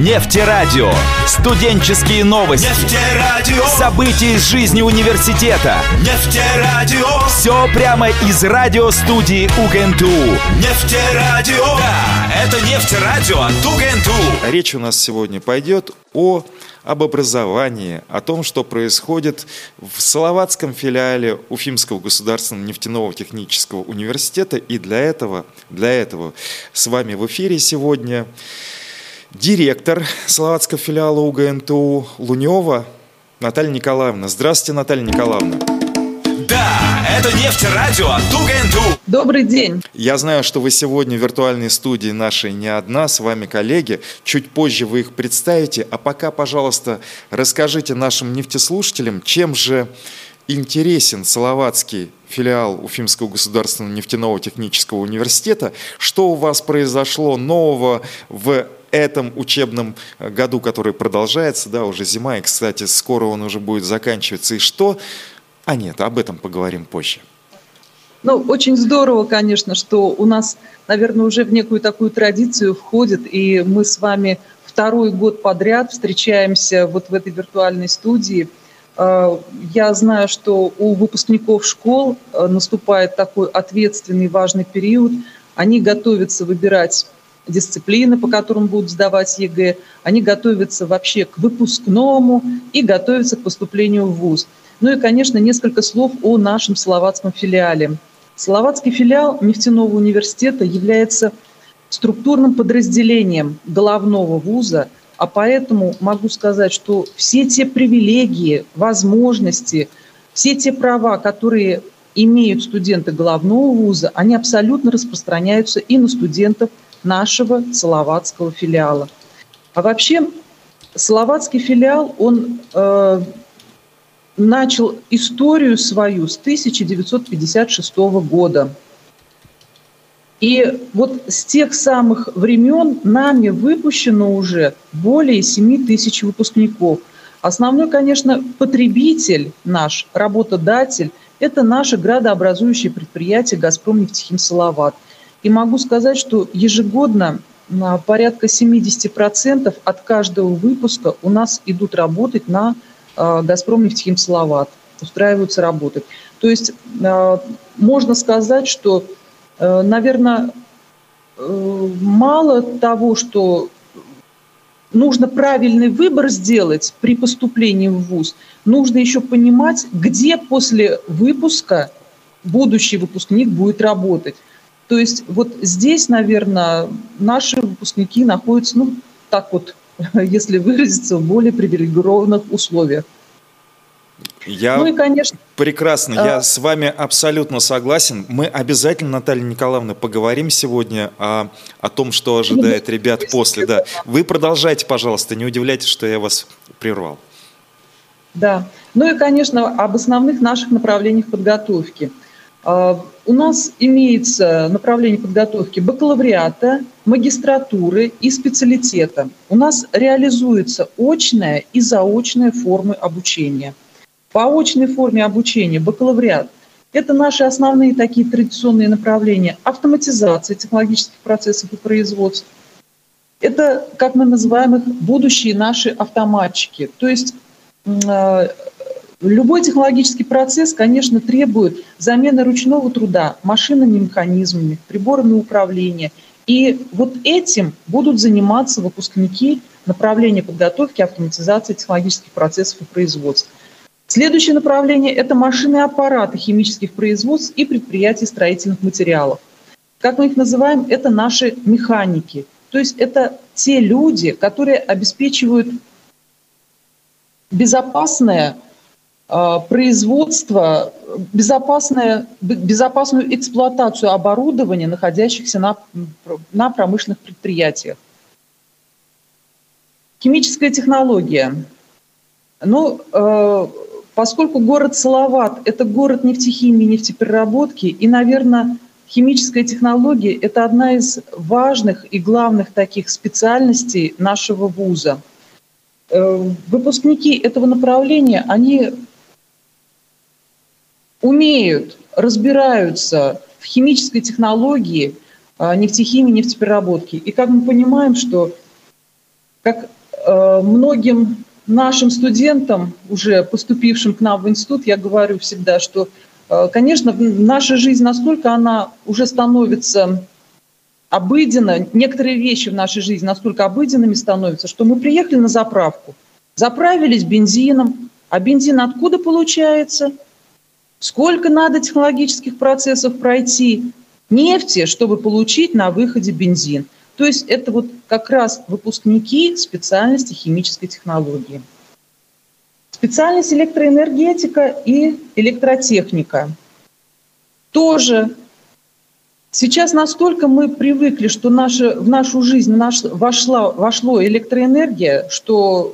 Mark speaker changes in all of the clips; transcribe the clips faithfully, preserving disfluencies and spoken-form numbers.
Speaker 1: Нефтерадио. Студенческие новости.
Speaker 2: Нефтерадио.
Speaker 1: События из жизни университета.
Speaker 2: Нефтерадио.
Speaker 1: Все прямо из радиостудии УГНТУ.
Speaker 2: Нефтерадио. Да, это Нефтерадио от УГНТУ.
Speaker 3: Речь у нас сегодня пойдет о об образовании, о том, что происходит в Салаватском филиале Уфимского государственного нефтяного технического университета. И для этого, для этого с вами в эфире сегодня директор Салаватского филиала УГНТУ Лунева Наталья Николаевна. Здравствуйте, Наталья Николаевна.
Speaker 2: Да, это Нефтерадио от УГНТУ.
Speaker 4: Добрый день.
Speaker 3: Я знаю, что вы сегодня в виртуальной студии нашей не одна, с вами коллеги. Чуть позже вы их представите. А пока, пожалуйста, расскажите нашим нефтеслушателям, чем же интересен Салаватский филиал Уфимского государственного нефтяного технического университета. Что у вас произошло нового в этом учебном году, который продолжается, да, уже зима, и, кстати, скоро он уже будет заканчиваться. И что? А нет, об этом поговорим позже.
Speaker 4: Ну, очень здорово, конечно, что у нас, наверное, уже в некую такую традицию входит, и мы с вами второй год подряд встречаемся вот в этой виртуальной студии. Я знаю, что у выпускников школ наступает такой ответственный, важный период. Они готовятся выбирать дисциплины, по которым будут сдавать ЕГЭ. Они готовятся вообще к выпускному и готовятся к поступлению в вуз. Ну и, конечно, несколько слов о нашем Салаватском филиале. Салаватский филиал нефтяного университета является структурным подразделением головного вуза, а поэтому могу сказать, что все те привилегии, возможности, все те права, которые имеют студенты головного вуза, они абсолютно распространяются и на студентов нашего Салаватского филиала. А вообще Салаватский филиал, он э, начал историю свою с тысяча девятьсот пятьдесят шестого года. И вот с тех самых времен нами выпущено уже более семи тысяч выпускников. Основной, конечно, потребитель наш, работодатель, это наше градообразующее предприятие «Газпром нефтехим Салават». И могу сказать, что ежегодно порядка семьдесят процентов от каждого выпуска у нас идут работать на «Газпром нефтехим Салават», устраиваются работать. То есть можно сказать, что, наверное, мало того, что нужно правильный выбор сделать при поступлении в вуз, нужно еще понимать, где после выпуска будущий выпускник будет работать. То есть вот здесь, наверное, наши выпускники находятся, ну, так вот, если выразиться, в более привилегированных условиях.
Speaker 3: Я
Speaker 4: ну и, конечно,
Speaker 3: прекрасно,
Speaker 4: а...
Speaker 3: я с вами абсолютно согласен. Мы обязательно, Наталья Николаевна, поговорим сегодня о, о том, что ожидает ребят после. Да. Вы продолжайте, пожалуйста, не удивляйтесь, что я вас прервал.
Speaker 4: Да, ну и, конечно, об основных наших направлениях подготовки. У нас имеется направление подготовки бакалавриата, магистратуры и специалитета. У нас реализуется очная и заочная формы обучения. По очной форме обучения бакалавриат – это наши основные такие традиционные направления: автоматизация технологических процессов и производств. Это, как мы называем их, будущие наши автоматчики. То есть любой технологический процесс, конечно, требует замены ручного труда машинными механизмами, приборами управления. И вот этим будут заниматься выпускники направления подготовки, автоматизации технологических процессов и производств. Следующее направление – это машины и аппараты химических производств и предприятий строительных материалов. Как мы их называем, это наши механики. То есть это те люди, которые обеспечивают безопасное производство, безопасное, безопасную эксплуатацию оборудования, находящихся на, на промышленных предприятиях. Химическая технология. Ну, э, поскольку город Салават – это город нефтехимии, нефтепереработки, и, наверное, химическая технология – это одна из важных и главных таких специальностей нашего вуза. Э, выпускники этого направления, они умеют, разбираются в химической технологии, нефтехимии, нефтепереработки. И как мы понимаем, что Как э, многим нашим студентам, уже поступившим к нам в институт, я говорю всегда, что, э, конечно, наша жизнь настолько она уже становится обыденна, некоторые вещи в нашей жизни настолько обыденными становятся, что мы приехали на заправку, заправились бензином, а бензин откуда получается? Сколько надо технологических процессов пройти? Нефти, чтобы получить на выходе бензин. То есть это вот как раз выпускники специальности химической технологии. Специальность электроэнергетика и электротехника. Тоже сейчас настолько мы привыкли, что наша, в нашу жизнь наш, вошла, вошло электроэнергия, что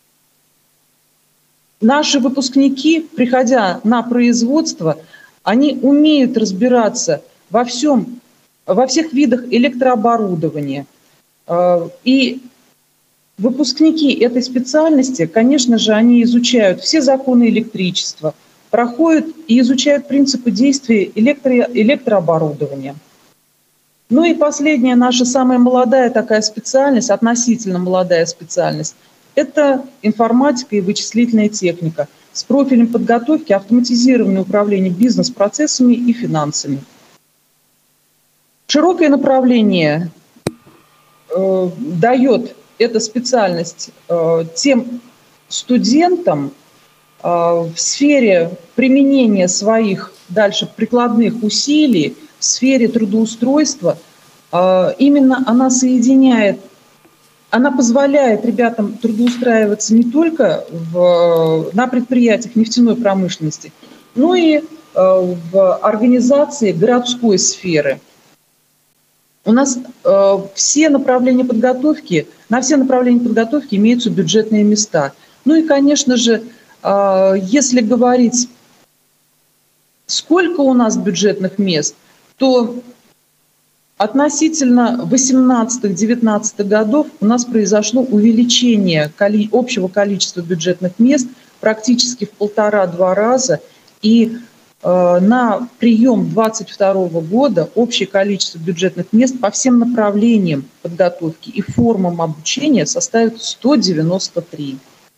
Speaker 4: наши выпускники, приходя на производство, они умеют разбираться во всем, во всех видах электрооборудования. И выпускники этой специальности, конечно же, они изучают все законы электричества, проходят и изучают принципы действия электро- электрооборудования. Ну и последняя наша самая молодая такая специальность, относительно молодая специальность, это информатика и вычислительная техника с профилем подготовки автоматизированного управления бизнес-процессами и финансами. Широкое направление э, дает эта специальность э, тем студентам э, в сфере применения своих дальше прикладных усилий, в сфере трудоустройства. Э, именно она соединяет, она позволяет ребятам трудоустраиваться не только в, на предприятиях нефтяной промышленности, но и э, в организации городской сферы. У нас э, все направления подготовки, на все направления подготовки имеются бюджетные места. Ну и, конечно же, э, если говорить, сколько у нас бюджетных мест, то относительно восемнадцатых-девятнадцатых годов у нас произошло увеличение коли- общего количества бюджетных мест практически в полтора-два раза. И на прием двадцать второго года общее количество бюджетных мест по всем направлениям подготовки и формам обучения составит сто девяносто три.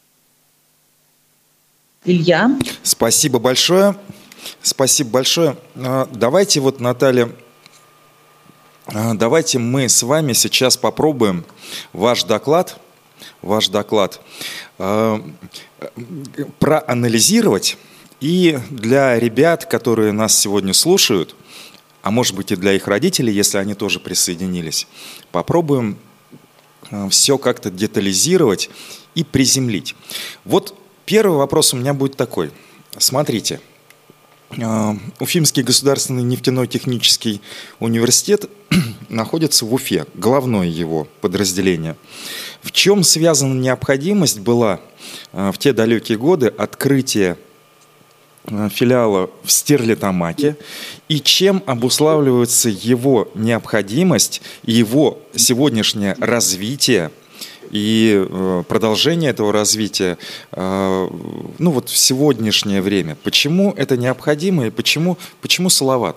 Speaker 4: Илья?
Speaker 3: Спасибо большое. Спасибо большое. Давайте вот, Наталья, давайте мы с вами сейчас попробуем ваш доклад, ваш доклад проанализировать. И для ребят, которые нас сегодня слушают, а может быть и для их родителей, если они тоже присоединились, попробуем все как-то детализировать и приземлить. Вот первый вопрос у меня будет такой. Смотрите, Уфимский государственный нефтяной технический университет находится в Уфе, главное его подразделение. В чем связана необходимость была в те далекие годы открытия филиала в Стерлитамаке, и чем обуславливается его необходимость и его сегодняшнее развитие и продолжение этого развития, ну вот в сегодняшнее время. Почему это необходимо и почему, почему Салават?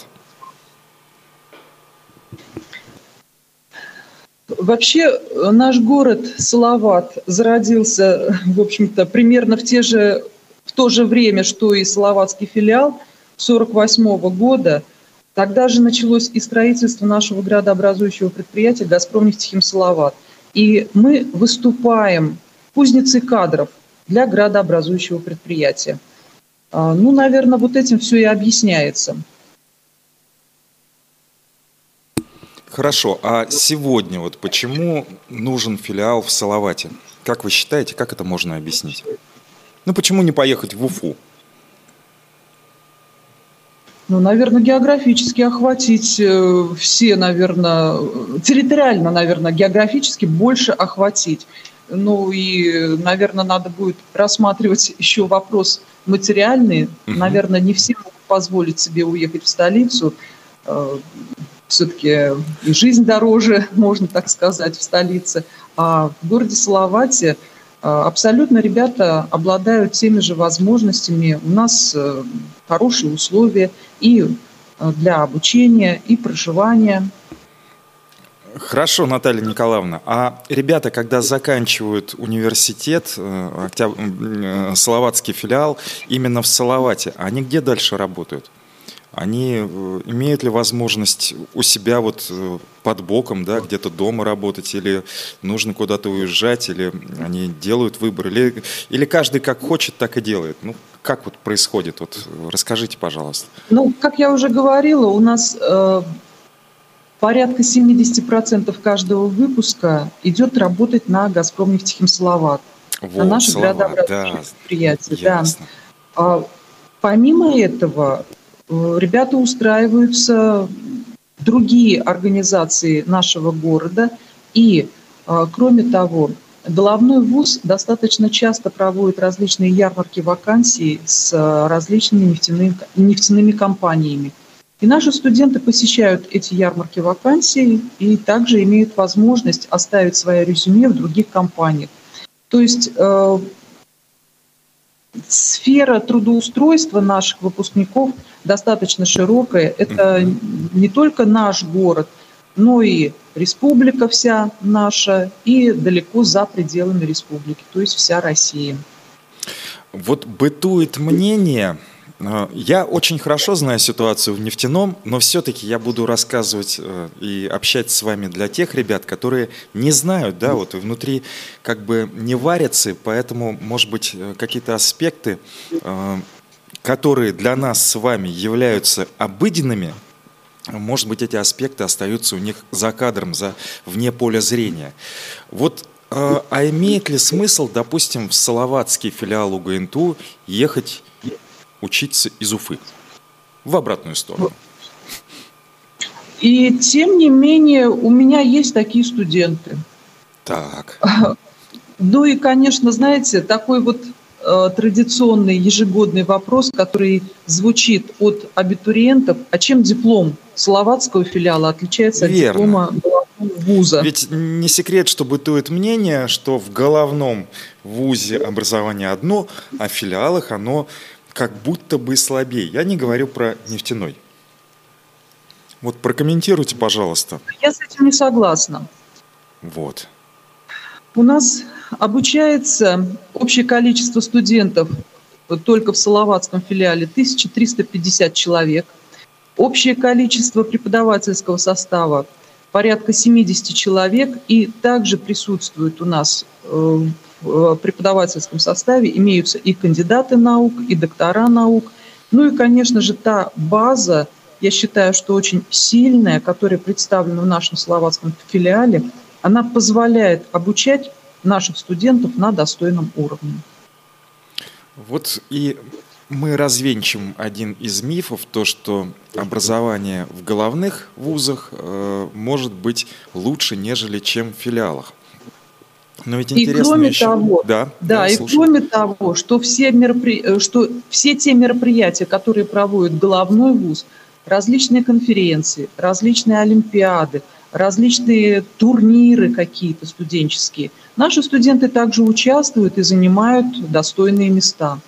Speaker 4: Вообще наш город Салават зародился, в общем-то, примерно в те же В то же время, что и Салаватский филиал сорок восьмого года, тогда же началось и строительство нашего градообразующего предприятия «Газпромнефтехим Салават». И мы выступаем кузницей кадров для градообразующего предприятия. Ну, наверное, вот этим все и объясняется.
Speaker 3: Хорошо, а сегодня вот почему нужен филиал в Салавате? Как вы считаете, как это можно объяснить? Ну, почему не поехать в Уфу?
Speaker 4: Ну, наверное, географически охватить все, наверное, территориально, наверное, географически больше охватить. Ну и, наверное, надо будет рассматривать еще вопрос материальный. Uh-huh. Наверное, не все могут позволить себе уехать в столицу. Все-таки и жизнь дороже, можно так сказать, в столице. А в городе Салавате абсолютно ребята обладают теми же возможностями. У нас хорошие условия и для обучения, и проживания.
Speaker 3: Хорошо, Наталья Николаевна. А ребята, когда заканчивают университет, э, Октяб... э, Салаватский филиал, именно в Салавате, они где дальше работают? Они э, имеют ли возможность у себя вот э, под боком, да, где-то дома работать, или нужно куда-то уезжать, или они делают выбор, или, или каждый как хочет, так и делает? Ну, как вот происходит? Вот расскажите, пожалуйста.
Speaker 4: Ну, как я уже говорила, у нас э, порядка семьдесят процентов каждого выпуска идет работать на «Газпромнефтехим Салават», вот, на наши градообразующие
Speaker 3: да,
Speaker 4: предприятия.
Speaker 3: ясно.
Speaker 4: Да. А, помимо этого, э, ребята устраиваются в другие организации нашего города. И, э, кроме того, Головной вуз достаточно часто проводит различные ярмарки вакансий с различными нефтяными, нефтяными компаниями. И наши студенты посещают эти ярмарки вакансий и также имеют возможность оставить свое резюме в других компаниях. То есть э, сфера трудоустройства наших выпускников достаточно широкая. Это не только наш город, но и республика вся наша, и далеко за пределами республики, то есть вся Россия.
Speaker 3: Вот бытует мнение, я очень хорошо знаю ситуацию в нефтяном, но все-таки я буду рассказывать и общаться с вами для тех ребят, которые не знают, да, вот и внутри как бы не варятся, поэтому, может быть, какие-то аспекты, которые для нас с вами являются обыденными, может быть, эти аспекты остаются у них за кадром, за, вне поля зрения. Вот, э, а имеет ли смысл, допустим, в Салаватский филиал УГНТУ ехать учиться из Уфы в обратную сторону?
Speaker 4: И тем не менее, у меня есть такие студенты.
Speaker 3: Так.
Speaker 4: Ну и, конечно, знаете, такой вот э, традиционный ежегодный вопрос, который звучит от абитуриентов: а чем диплом Салаватского филиала отличается от
Speaker 3: Верно.
Speaker 4: диплома головного вуза?
Speaker 3: Ведь не секрет, что бытует мнение, что в головном вузе образование одно, а в филиалах оно как будто бы слабее. Я не говорю про нефтяной. Вот прокомментируйте, пожалуйста.
Speaker 4: Я с этим не согласна.
Speaker 3: Вот.
Speaker 4: У нас обучается общее количество студентов только в Салаватском филиале тысяча триста пятьдесят человек. Общее количество преподавательского состава порядка семьдесят человек. И также присутствуют у нас в преподавательском составе, имеются и кандидаты наук, и доктора наук. Ну и, конечно же, та база, я считаю, что очень сильная, которая представлена в нашем Салаватском филиале, она позволяет обучать наших студентов на достойном уровне.
Speaker 3: Вот и мы развенчим один из мифов, то, что образование в головных вузах э, может быть лучше, нежели чем в филиалах. Но ведь интересно
Speaker 4: и кроме
Speaker 3: еще...
Speaker 4: того,
Speaker 3: да,
Speaker 4: да,
Speaker 3: да,
Speaker 4: и
Speaker 3: слушаю.
Speaker 4: кроме того, что все, меропри... что все те мероприятия, которые проводит головной вуз, различные конференции, различные олимпиады, различные турниры какие-то студенческие, наши студенты также участвуют и занимают достойные места.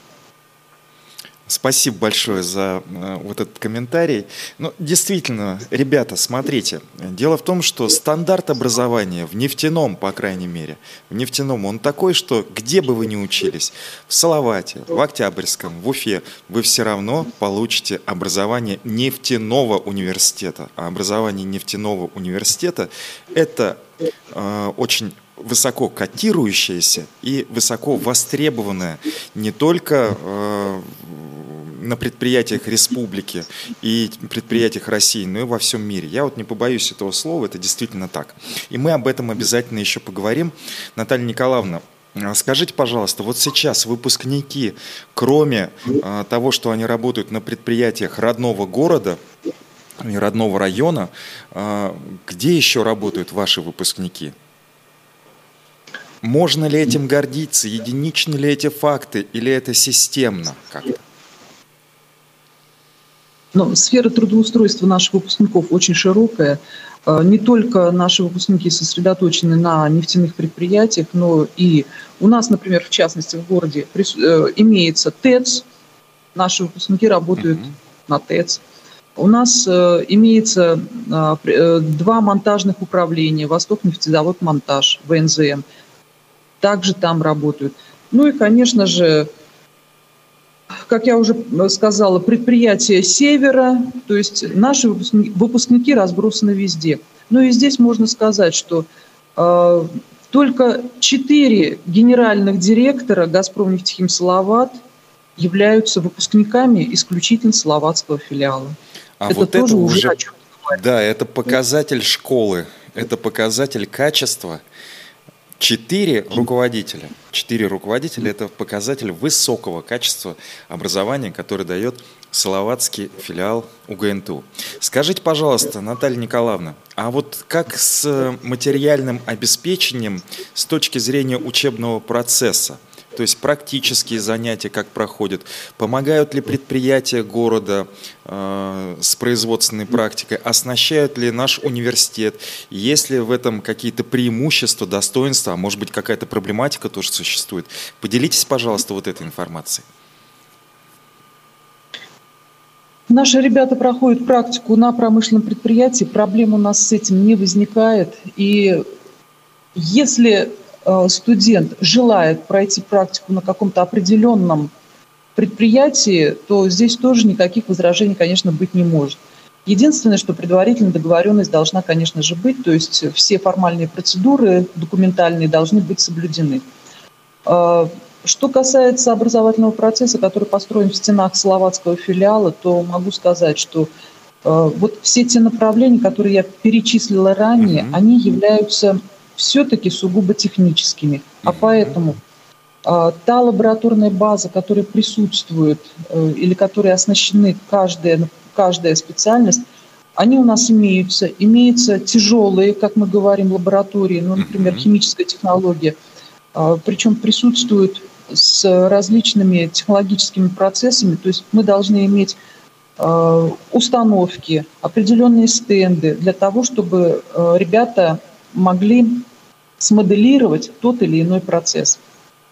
Speaker 3: Спасибо большое за э, вот этот комментарий. Ну, действительно, ребята, смотрите, дело в том, что стандарт образования в нефтяном, по крайней мере, в нефтяном, он такой, что где бы вы ни учились, в Салавате, в Октябрьском, в Уфе, вы все равно получите образование нефтяного университета. А образование нефтяного университета – это э, очень высоко котирующаяся и высоко востребованная не только э, на предприятиях республики и предприятиях России, но и во всем мире. Я вот не побоюсь этого слова, это действительно так. И мы об этом обязательно еще поговорим. Наталья Николаевна, скажите, пожалуйста, вот сейчас выпускники, кроме э, того, что они работают на предприятиях родного города и родного района, э, где еще работают ваши выпускники? Можно ли этим гордиться? Единичны ли эти факты? Или это системно как-то?
Speaker 4: Ну, сфера трудоустройства наших выпускников очень широкая. Не только наши выпускники сосредоточены на нефтяных предприятиях, но и у нас, например, в частности, в городе имеется ТЭЦ. Наши выпускники работают uh-huh. на ТЭЦ. У нас э, имеется э, два монтажных управления: Восток-нефтезавод «Монтаж», вэ эн зэ эм. Также там работают. Ну и, конечно же, как я уже сказала, предприятия Севера, то есть наши выпускники, выпускники разбросаны везде. Ну и здесь можно сказать, что э, только четыре генеральных директора «Газпромнефтехим Салават» являются выпускниками исключительно салаватского филиала.
Speaker 3: А
Speaker 4: это
Speaker 3: вот
Speaker 4: тоже
Speaker 3: это
Speaker 4: уже,
Speaker 3: уже,
Speaker 4: о чем говорить.
Speaker 3: да, это показатель школы, это показатель качества. Четыре руководителя. Четыре руководителя – это показатель высокого качества образования, который дает салаватский филиал у гэ эн тэ у. Скажите, пожалуйста, Наталья Николаевна, а вот как с материальным обеспечением с точки зрения учебного процесса? То есть практические занятия как проходят? Помогают ли предприятия города э, с производственной практикой? Оснащают ли наш университет? Есть ли в этом какие-то преимущества, достоинства? А может быть, какая-то проблематика тоже существует? Поделитесь, пожалуйста, вот этой информацией.
Speaker 4: Наши ребята проходят практику на промышленном предприятии. Проблем у нас с этим не возникает. И если студент желает пройти практику на каком-то определенном предприятии, то здесь тоже никаких возражений, конечно, быть не может. Единственное, что предварительная договоренность должна, конечно же, быть, то есть все формальные процедуры документальные должны быть соблюдены. Что касается образовательного процесса, который построен в стенах салаватского филиала, то могу сказать, что вот все те направления, которые я перечислила ранее, mm-hmm. они являются все-таки сугубо техническими. А поэтому а, та лабораторная база, которая присутствует э, или которой оснащены каждая, каждая специальность, они у нас имеются. Имеются тяжелые, как мы говорим, лаборатории, ну, например, химическая технология, а, причем присутствуют с различными технологическими процессами. То есть мы должны иметь а, установки, определенные стенды для того, чтобы а, ребята могли смоделировать тот или иной процесс.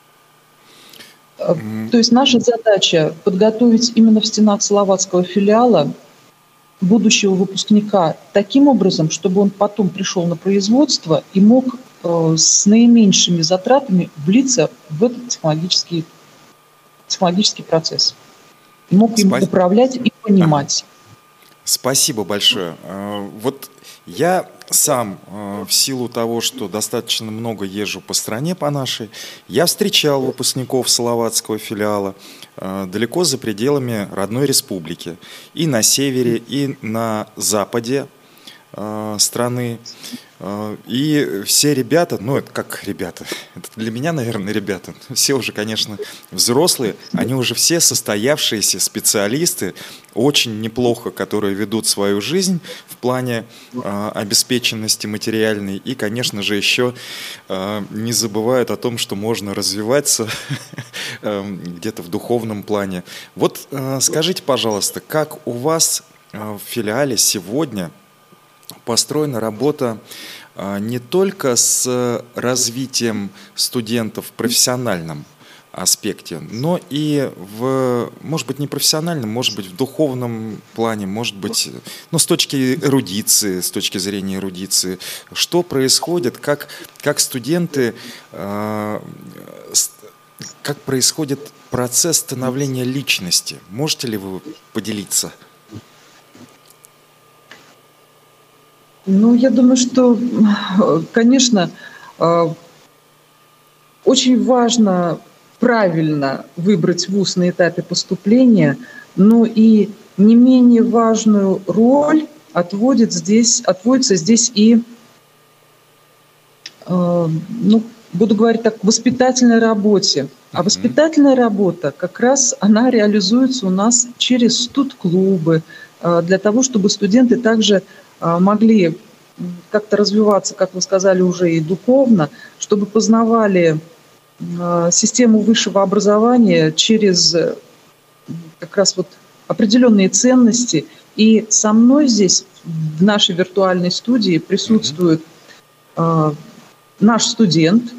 Speaker 4: Mm-hmm. То есть наша задача подготовить именно в стенах салаватского филиала будущего выпускника таким образом, чтобы он потом пришел на производство и мог э, с наименьшими затратами влиться в этот технологический, технологический процесс. И мог им
Speaker 3: Спасибо.
Speaker 4: управлять и понимать.
Speaker 3: Спасибо большое. Вот я сам, в силу того, что достаточно много езжу по стране, по нашей, я встречал выпускников салаватского филиала далеко за пределами родной республики. И на севере, и на западе страны. И все ребята, ну это как ребята, это для меня, наверное, ребята, все уже, конечно, взрослые, они уже все состоявшиеся специалисты, очень неплохо, которые ведут свою жизнь в плане э, обеспеченности материальной и, конечно же, еще э, не забывают о том, что можно развиваться где-то в духовном плане. Вот э, скажите, пожалуйста, как у вас э, в филиале сегодня построена работа а, не только с развитием студентов в профессиональном аспекте, но и в, может быть, не профессиональном, может быть, в духовном плане, может быть, ну, с точки эрудиции, с точки зрения эрудиции. Что происходит, как, как студенты, а, с, как происходит процесс становления личности? Можете ли вы поделиться?
Speaker 4: Ну, я думаю, что, конечно, очень важно правильно выбрать вуз на этапе поступления, но и не менее важную роль отводит здесь, отводится здесь и, ну, буду говорить так, воспитательной работе. А воспитательная работа как раз она реализуется у нас через студ-клубы, для того, чтобы студенты также могли как-то развиваться, как вы сказали, уже и духовно, чтобы познавали систему высшего образования через как раз вот определенные ценности. И со мной здесь, в нашей виртуальной студии, присутствует mm-hmm. наш студент.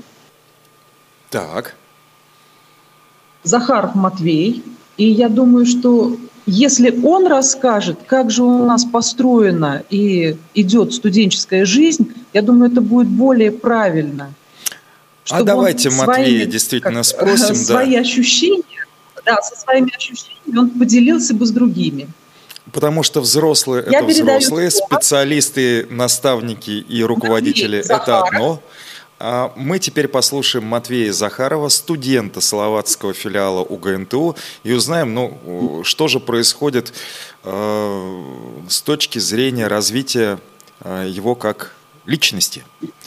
Speaker 3: Так.
Speaker 4: Захаров Матвей. И я думаю, что если он расскажет, как же у нас построена и идет студенческая жизнь, я думаю, это будет более правильно.
Speaker 3: А давайте Матвея действительно спросим.
Speaker 4: Свои
Speaker 3: да.
Speaker 4: ощущения, да, со своими ощущениями он поделился бы с другими.
Speaker 3: Потому что взрослые –
Speaker 4: Я
Speaker 3: это взрослые,
Speaker 4: слово.
Speaker 3: специалисты, наставники и руководители – это одно. А мы теперь послушаем Матвея Захарова, студента словацкого филиала УГНТУ, и узнаем, ну, что же происходит э, с точки зрения развития э, его как личности.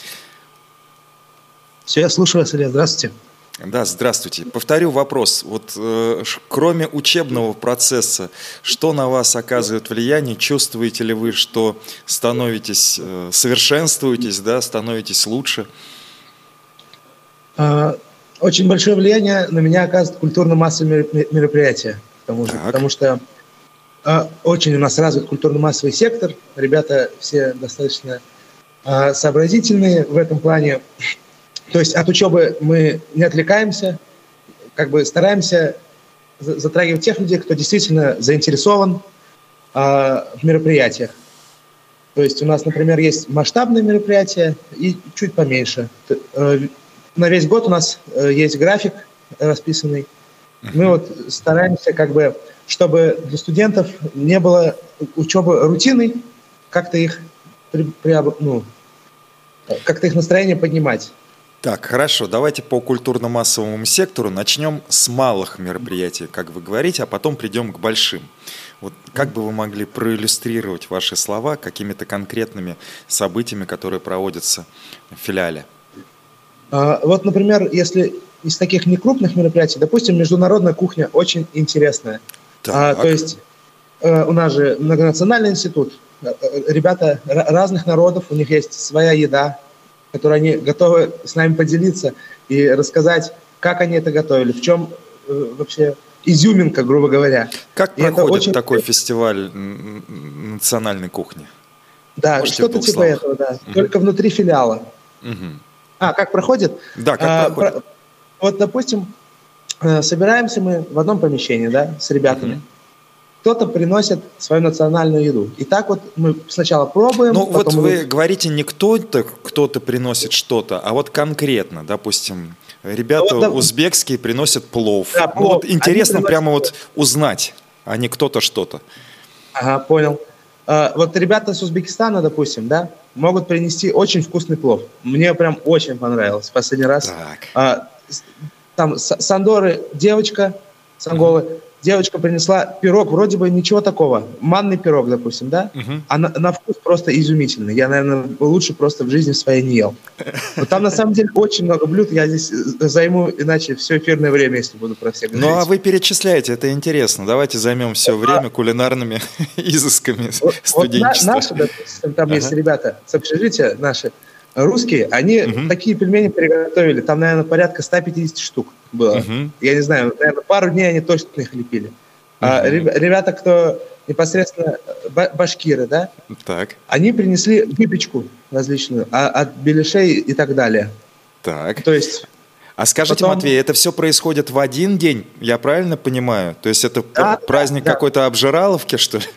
Speaker 5: Все, я слушаю вас, Илья. Здравствуйте.
Speaker 3: Да, здравствуйте. Повторю вопрос. Вот э, кроме учебного процесса, что на вас оказывает влияние? Чувствуете ли вы, что становитесь, э, совершенствуетесь, да, становитесь лучше?
Speaker 5: Очень большое влияние на меня оказывает культурно-массовые мероприятия, потому, же, потому что э, очень у нас развит культурно-массовый сектор, ребята все достаточно э, сообразительные в этом плане. То есть от учебы мы не отвлекаемся, как бы стараемся затрагивать тех людей, кто действительно заинтересован э, в мероприятиях. То есть у нас, например, есть масштабные мероприятия и чуть поменьше. На весь год у нас э, есть график расписанный. Мы вот стараемся, как бы, чтобы для студентов не было учебы рутиной, как-то их, при, при, ну, как-то их настроение поднимать.
Speaker 3: Так, хорошо, давайте по культурно-массовому сектору начнем с малых мероприятий, как вы говорите, а потом придем к большим. Вот как бы вы могли проиллюстрировать ваши слова какими-то конкретными событиями, которые проводятся в филиале?
Speaker 5: Вот, например, если из таких некрупных мероприятий, допустим, международная кухня очень интересная. А, то есть э, у нас же многонациональный институт, ребята разных народов, у них есть своя еда, которую они готовы с нами поделиться и рассказать, как они это готовили, в чем э, вообще изюминка, грубо говоря.
Speaker 3: Как
Speaker 5: и
Speaker 3: проходит
Speaker 5: очень...
Speaker 3: такой фестиваль национальной кухни?
Speaker 5: Да,
Speaker 3: Можете
Speaker 5: что-то типа словах? этого, да, угу. Только внутри филиала.
Speaker 3: Угу.
Speaker 5: А, как проходит?
Speaker 3: Да, как
Speaker 5: а,
Speaker 3: проходит.
Speaker 5: Про... Вот, допустим, собираемся мы в одном помещении, да, с ребятами. Угу. Кто-то приносит свою национальную еду. И так вот мы сначала пробуем.
Speaker 3: Ну, вот вы
Speaker 5: мы...
Speaker 3: говорите, не кто-то, кто-то приносит что-то, а вот конкретно, допустим, ребята
Speaker 5: вот,
Speaker 3: узбекские приносят плов.
Speaker 5: Да,
Speaker 3: ну,
Speaker 5: плов.
Speaker 3: Вот интересно
Speaker 5: приносят...
Speaker 3: прямо вот узнать, а не кто-то что-то.
Speaker 5: Ага, понял. А, вот ребята с Узбекистана, допустим, да, могут принести очень вкусный плов. Мне прям очень понравилось в последний раз.
Speaker 3: Так.
Speaker 5: А, там с, с Андоры девочка, с Анголы, mm-hmm. девочка принесла пирог, вроде бы ничего такого. Манный пирог, допустим, да? Uh-huh. А на, на вкус просто изумительный. Я, наверное, лучше просто в жизни своей не ел. Но там, на самом деле, очень много блюд. Я здесь займу, иначе все эфирное время, если буду про все говорить.
Speaker 3: Ну, а вы перечисляете, это интересно. Давайте займем все время кулинарными изысками студенчества.
Speaker 5: Вот наши, допустим, там есть ребята с общежития, наши, русские, они uh-huh. такие пельмени приготовили. Там, наверное, порядка сто пятьдесят штук было. Uh-huh. Я не знаю, наверное, пару дней они точно их лепили. Uh-huh. А, ребята, кто непосредственно башкиры, да?
Speaker 3: Так.
Speaker 5: Они принесли выпечку различную от беляшей и так далее.
Speaker 3: Так.
Speaker 5: То есть...
Speaker 3: А скажите, потом... Матвей, это все происходит в один день, я правильно понимаю? То есть это да, праздник да. какой-то обжираловки, что ли?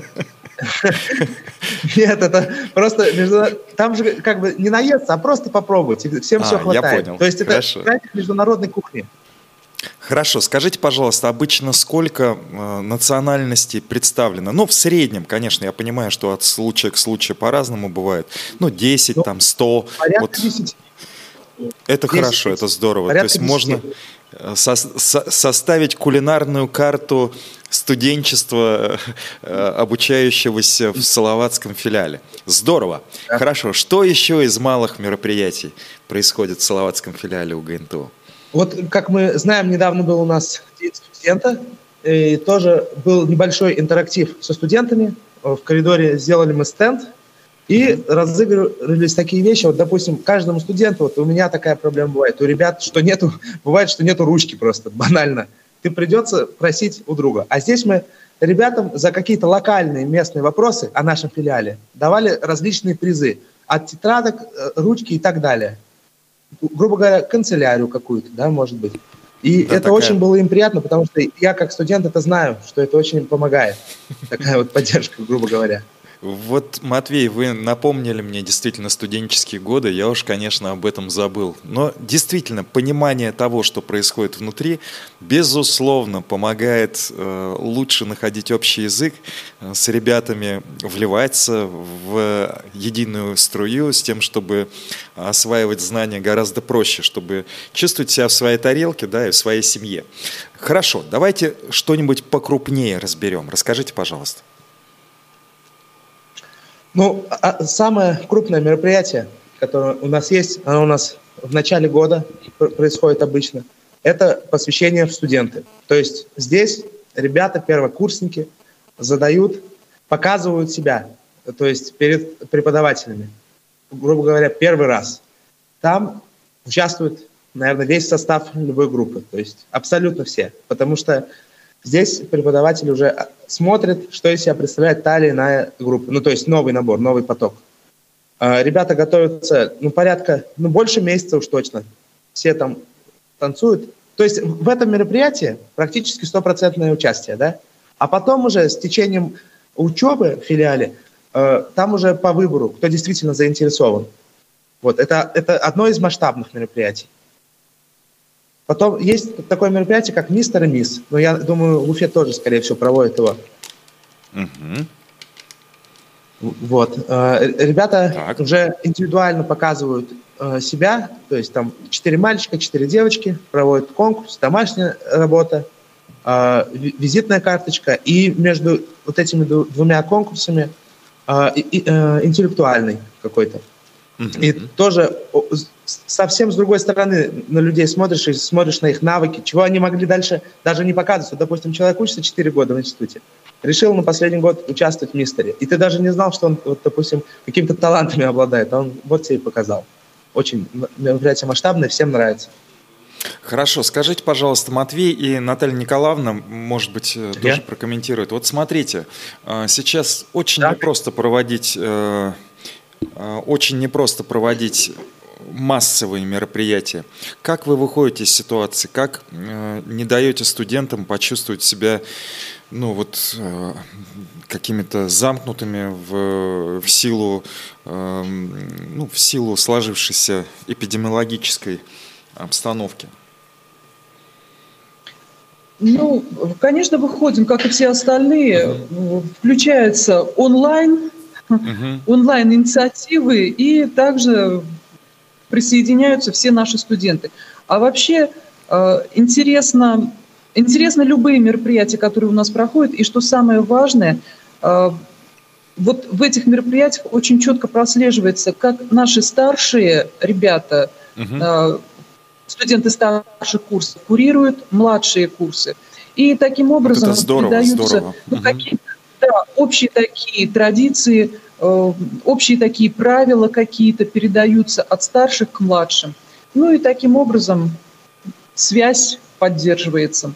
Speaker 5: Нет, это просто между... там же как бы не наесться, а просто попробовать. Всем а, все хватает.
Speaker 3: Я понял.
Speaker 5: То есть
Speaker 3: Хорошо.
Speaker 5: Это праздник международной кухни.
Speaker 3: Хорошо, скажите, пожалуйста, обычно сколько э, национальностей представлено? Ну, в среднем, конечно, я понимаю, что от случая к случаю по-разному бывает. Ну, десять, ну, там, сто. Вот.
Speaker 5: десять.
Speaker 3: Это десять, хорошо, это здорово. То есть десять. Можно со- со- составить кулинарную карту студенчества, э, обучающегося в Салаватском филиале. Здорово. Да. Хорошо. Что еще из малых мероприятий происходит в Салаватском филиале УГНТУ?
Speaker 5: Вот, как мы знаем, недавно был у нас День студента, и тоже был небольшой интерактив со студентами. В коридоре сделали мы стенд, и mm-hmm. разыгрывались такие вещи. Вот, допустим, каждому студенту, вот у меня такая проблема бывает, у ребят, что нету, бывает, что нету ручки просто, банально. Ты придется просить у друга. А здесь мы ребятам за какие-то локальные местные вопросы о нашем филиале давали различные призы. От тетрадок, ручки и так далее. Грубо говоря, канцелярию какую-то, да, может быть. И
Speaker 3: Да,
Speaker 5: это
Speaker 3: такая...
Speaker 5: очень было им приятно, потому что я как студент это знаю, что это очень помогает. Такая вот поддержка, грубо говоря.
Speaker 3: Вот, Матвей, вы напомнили мне действительно студенческие годы, я уж, конечно, об этом забыл. Но действительно, понимание того, что происходит внутри, безусловно, помогает э, лучше находить общий язык, э, с ребятами вливаться в единую струю, с тем, чтобы осваивать знания гораздо проще, чтобы чувствовать себя в своей тарелке, да, и в своей семье. Хорошо, давайте что-нибудь покрупнее разберем. Расскажите, пожалуйста.
Speaker 5: Ну, а самое крупное мероприятие, которое у нас есть, оно у нас в начале года происходит обычно, это посвящение в студенты. То есть здесь ребята, первокурсники, задают, показывают себя, то есть перед преподавателями, грубо говоря, первый раз. Там участвует, наверное, весь состав любой группы, то есть абсолютно все, потому что здесь преподаватель уже смотрит, что из себя представляет та или иная группа. Ну, то есть новый набор, новый поток. Ребята готовятся, ну, порядка, ну, больше месяца уж точно. Все там танцуют. То есть в этом мероприятии практически стопроцентное участие, да? А потом уже с течением учебы в филиале, там уже по выбору, кто действительно заинтересован. Вот, это, это одно из масштабных мероприятий. Потом есть такое мероприятие, как «Мистер и Мисс». Но я думаю, в Уфе тоже, скорее всего, проводят его.
Speaker 3: Угу.
Speaker 5: Вот. Ребята
Speaker 3: Так.
Speaker 5: уже индивидуально показывают себя. То есть там четыре мальчика, четыре девочки, проводят конкурс, домашняя работа, визитная карточка. И между вот этими двумя конкурсами интеллектуальный какой-то. Mm-hmm. И тоже совсем с другой стороны на людей смотришь и смотришь на их навыки, чего они могли дальше даже не показывать. Вот, допустим, человек учится четыре года в институте, решил на последний год участвовать в «Мистере», и ты даже не знал, что он, вот, допустим, какими-то талантами обладает, а он вот тебе и показал. Очень мероприятие масштабное, всем нравится.
Speaker 3: Хорошо, скажите, пожалуйста, Матвей и Наталья Николаевна, может быть, Я? тоже прокомментируют. Вот смотрите, сейчас очень так. непросто проводить... Очень непросто проводить массовые мероприятия. Как вы выходите из ситуации? Как э, не даете студентам почувствовать себя, ну вот, э, какими-то замкнутыми в, в силу, э, ну, в силу сложившейся эпидемиологической обстановки?
Speaker 4: Ну, конечно, выходим, как и все остальные. Uh-huh. Включается онлайн. Uh-huh. онлайн-инициативы, и также присоединяются все наши студенты. А вообще э, интересно, интересно любые мероприятия, которые у нас проходят, и что самое важное, э, вот в этих мероприятиях очень четко прослеживается, как наши старшие ребята, uh-huh. э, студенты старших курсов курируют младшие курсы. И таким образом
Speaker 3: вот здорово,
Speaker 4: передаются
Speaker 3: здорово.
Speaker 4: Ну,
Speaker 3: Uh-huh.
Speaker 4: какие-то Да, общие такие традиции, э, общие такие правила какие-то передаются от старших к младшим. Ну и таким образом связь поддерживается.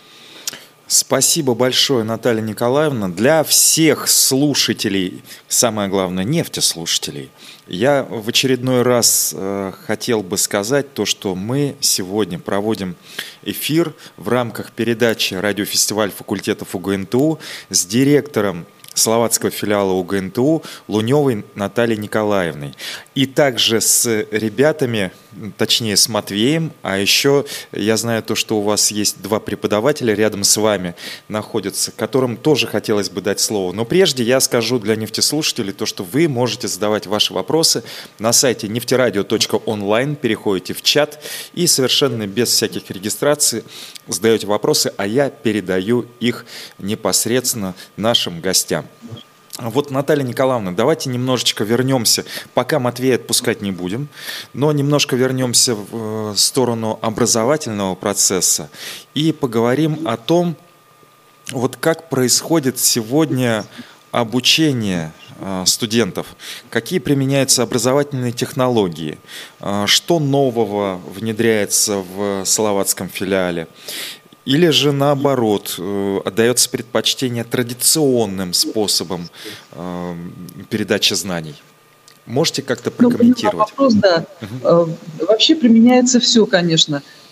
Speaker 3: Спасибо большое, Наталья Николаевна. Для всех слушателей, самое главное, нефтеслушателей, я в очередной раз э, хотел бы сказать то, что мы сегодня проводим эфир в рамках передачи «Радиофестиваль факультетов УГНТУ» с директором словацкого филиала УГНТУ Луневой Натальей Николаевной. И также с ребятами, точнее с Матвеем, а еще я знаю то, что у вас есть два преподавателя рядом с вами находятся, которым тоже хотелось бы дать слово. Но прежде я скажу для нефтеслушателей то, что вы можете задавать ваши вопросы на сайте нефтерадио точка онлайн, переходите в чат и совершенно без всяких регистраций задаете вопросы, а я передаю их непосредственно нашим гостям. Вот, Наталья Николаевна, давайте немножечко вернемся, пока Матвея отпускать не будем, но немножко вернемся в сторону образовательного процесса и поговорим о том, вот как происходит сегодня обучение студентов, какие применяются образовательные технологии, что нового внедряется в словацком филиале. Или же наоборот, отдается предпочтение традиционным способам э, передачи знаний. Можете как-то прокомментировать?
Speaker 4: Ну, вопрос, да. Угу. Вообще применяется все, конечно.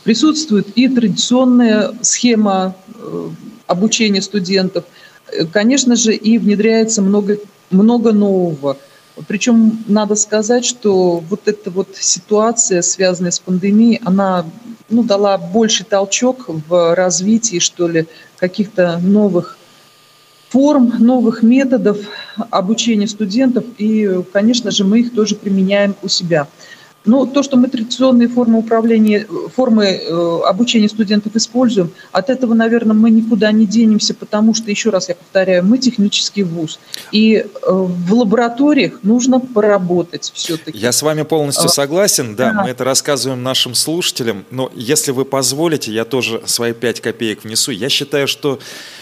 Speaker 4: Присутствует и традиционная схема обучения студентов. Конечно же, и внедряется много, много нового. Причем надо сказать, что вот эта вот ситуация, связанная с пандемией, она ну, дала больший толчок в развитии, что ли, каких-то новых форм, новых методов обучения студентов. И, конечно же, мы их тоже применяем у себя. Но то, что мы традиционные формы управления, формы э, обучения студентов используем, от этого, наверное, мы никуда не денемся, потому что, еще раз я повторяю, мы технический вуз. И э, в лабораториях нужно поработать все-таки.
Speaker 3: Я с вами полностью согласен, да, да, мы это рассказываем нашим слушателям, но если вы позволите, я тоже свои пять копеек внесу. Я считаю, что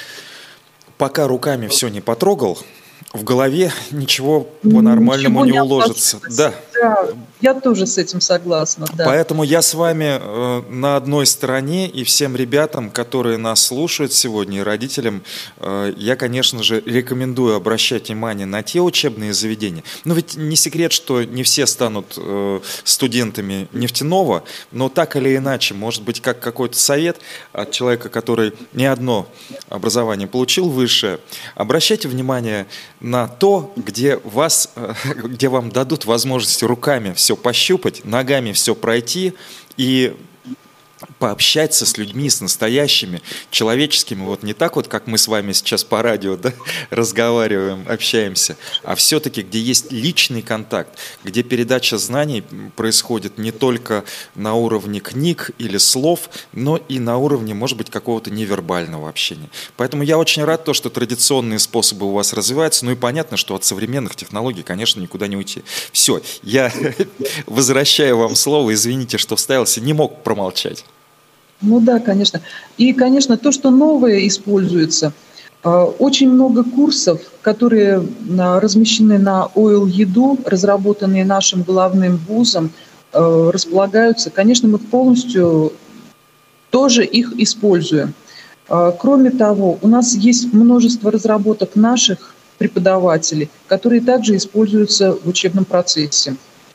Speaker 3: пока руками все не потрогал, в голове ничего по-нормальному не, не уложится. Да.
Speaker 4: Да, я тоже с этим согласна. Да.
Speaker 3: Поэтому я с вами э, на одной стороне, и всем ребятам, которые нас слушают сегодня, и родителям, э, я, конечно же, рекомендую обращать внимание на те учебные заведения. Но ведь не секрет, что не все станут э, студентами нефтяного, но так или иначе, может быть, как какой-то совет от человека, который не одно образование получил высшее, обращайте внимание на то, где, вас, э, где вам дадут возможность руками все пощупать, ногами все пройти и пообщаться с людьми, с настоящими, человеческими, вот не так вот, как мы с вами сейчас по радио, да, разговариваем, общаемся, а все-таки, где есть личный контакт, где передача знаний происходит не только на уровне книг или слов, но и на уровне, может быть, какого-то невербального общения. Поэтому я очень рад, то, что традиционные способы у вас развиваются, ну и понятно, что от современных технологий, конечно, никуда не уйти. Все, я возвращаю вам слово, извините, что вставился, не мог промолчать.
Speaker 4: Ну да, конечно. И, конечно, то, что новое используется. Очень много курсов, которые размещены на ОИЛ-Еду, разработанные нашим главным вузом, располагаются. Конечно, мы полностью тоже их используем. Кроме того, у нас есть множество разработок наших преподавателей, которые также используются в учебном процессе.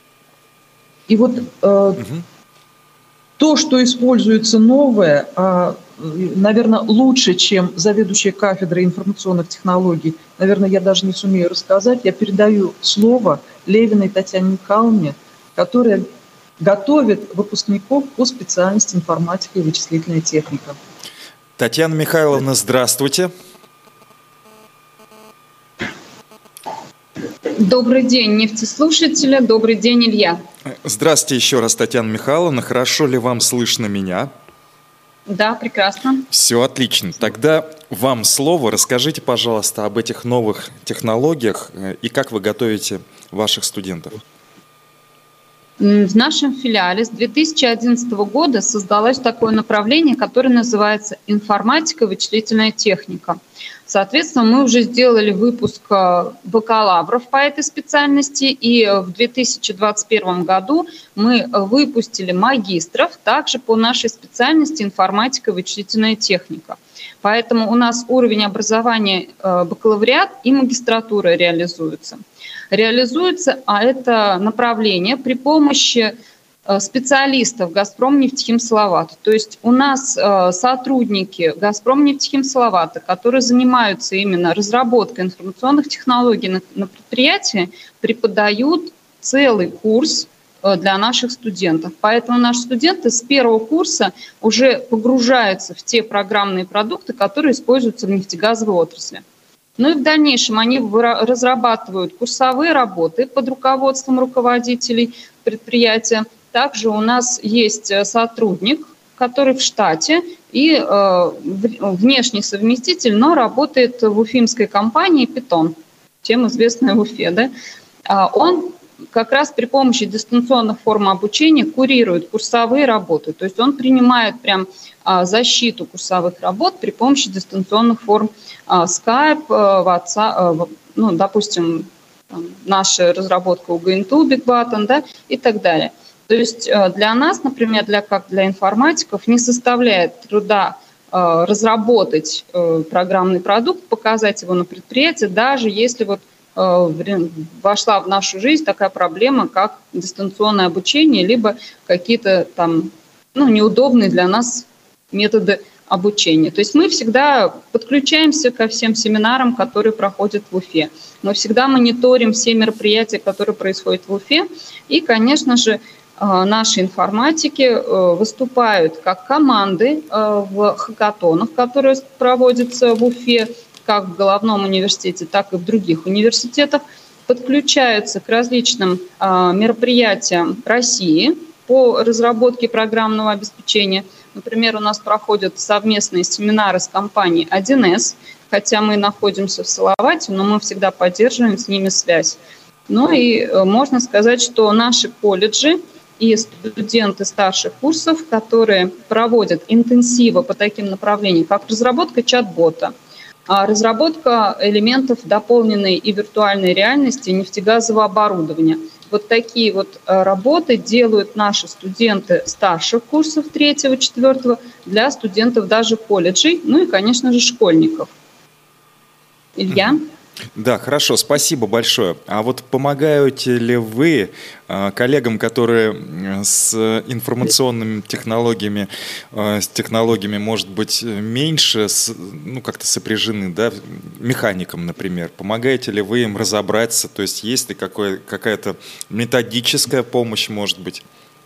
Speaker 4: И вот... Угу. То, что используется новое, наверное, лучше, чем заведующая кафедрой информационных технологий, наверное, я даже не сумею рассказать. Я передаю слово Левиной Татьяне Михайловне, которая готовит выпускников по специальности информатика и вычислительная техника.
Speaker 3: Татьяна Михайловна, здравствуйте.
Speaker 6: Добрый день, нефтеслушатели. Добрый день, Илья.
Speaker 3: Здравствуйте еще раз, Татьяна Михайловна. Хорошо ли вам слышно меня?
Speaker 6: Да, прекрасно.
Speaker 3: Все отлично. Тогда вам слово. Расскажите, пожалуйста, об этих новых технологиях и как вы готовите ваших студентов.
Speaker 6: В нашем филиале с две тысячи одиннадцатого года создалось такое направление, которое называется информатика и вычислительная техника. Соответственно, мы уже сделали выпуск бакалавров по этой специальности, и в две тысячи двадцать первом году мы выпустили магистров также по нашей специальности информатика и вычислительная техника. Поэтому у нас уровень образования бакалавриат и магистратура реализуются. Реализуется а это направление при помощи специалистов «Газпромнефтехимсалавата». То есть у нас э, сотрудники «Газпромнефтехимсалавата», которые занимаются именно разработкой информационных технологий на, на предприятии, преподают целый курс э, для наших студентов. Поэтому наши студенты с первого курса уже погружаются в те программные продукты, которые используются в нефтегазовой отрасли. Ну и в дальнейшем они разрабатывают курсовые работы под руководством руководителей предприятия. Также у нас есть сотрудник, который в штате и э, внешний совместитель, но работает в уфимской компании «Питон», тем известной в Уфе. Да? А он как раз при помощи дистанционных форм обучения курирует курсовые работы. То есть он принимает прям а, защиту курсовых работ при помощи дистанционных форм а, Skype, а, WhatsApp, а, ну, допустим, там, наша разработка у ГНТУ, Big Button, да, и так далее. То есть для нас, например, для, как для информатиков, не составляет труда э, разработать э, программный продукт, показать его на предприятии, даже если вот, э, вошла в нашу жизнь такая проблема, как дистанционное обучение, либо какие-то там ну, неудобные для нас методы обучения. То есть мы всегда подключаемся ко всем семинарам, которые проходят в Уфе. Мы всегда мониторим все мероприятия, которые происходят в Уфе. И, конечно же, наши информатики выступают как команды в хакатонах, которые проводятся в Уфе, как в Головном университете, так и в других университетах, подключаются к различным мероприятиям России по разработке программного обеспечения. Например, у нас проходят совместные семинары с компанией один эс, хотя мы находимся в Салавате, но мы всегда поддерживаем с ними связь. Ну и можно сказать, что наши колледжи и студенты старших курсов, которые проводят интенсивы по таким направлениям, как разработка чат-бота, разработка элементов дополненной и виртуальной реальности нефтегазового оборудования. Вот такие вот работы делают наши студенты старших курсов третьего, четвертого для студентов даже колледжей, ну и, конечно же, школьников. Илья?
Speaker 3: Да, хорошо, спасибо большое. А вот помогаете ли вы э, коллегам, которые с информационными технологиями, э, с технологиями, может быть, меньше, с, ну, как-то сопряжены, да, механикам, например, помогаете ли вы им разобраться, то есть есть ли какое, какая-то методическая помощь, может быть?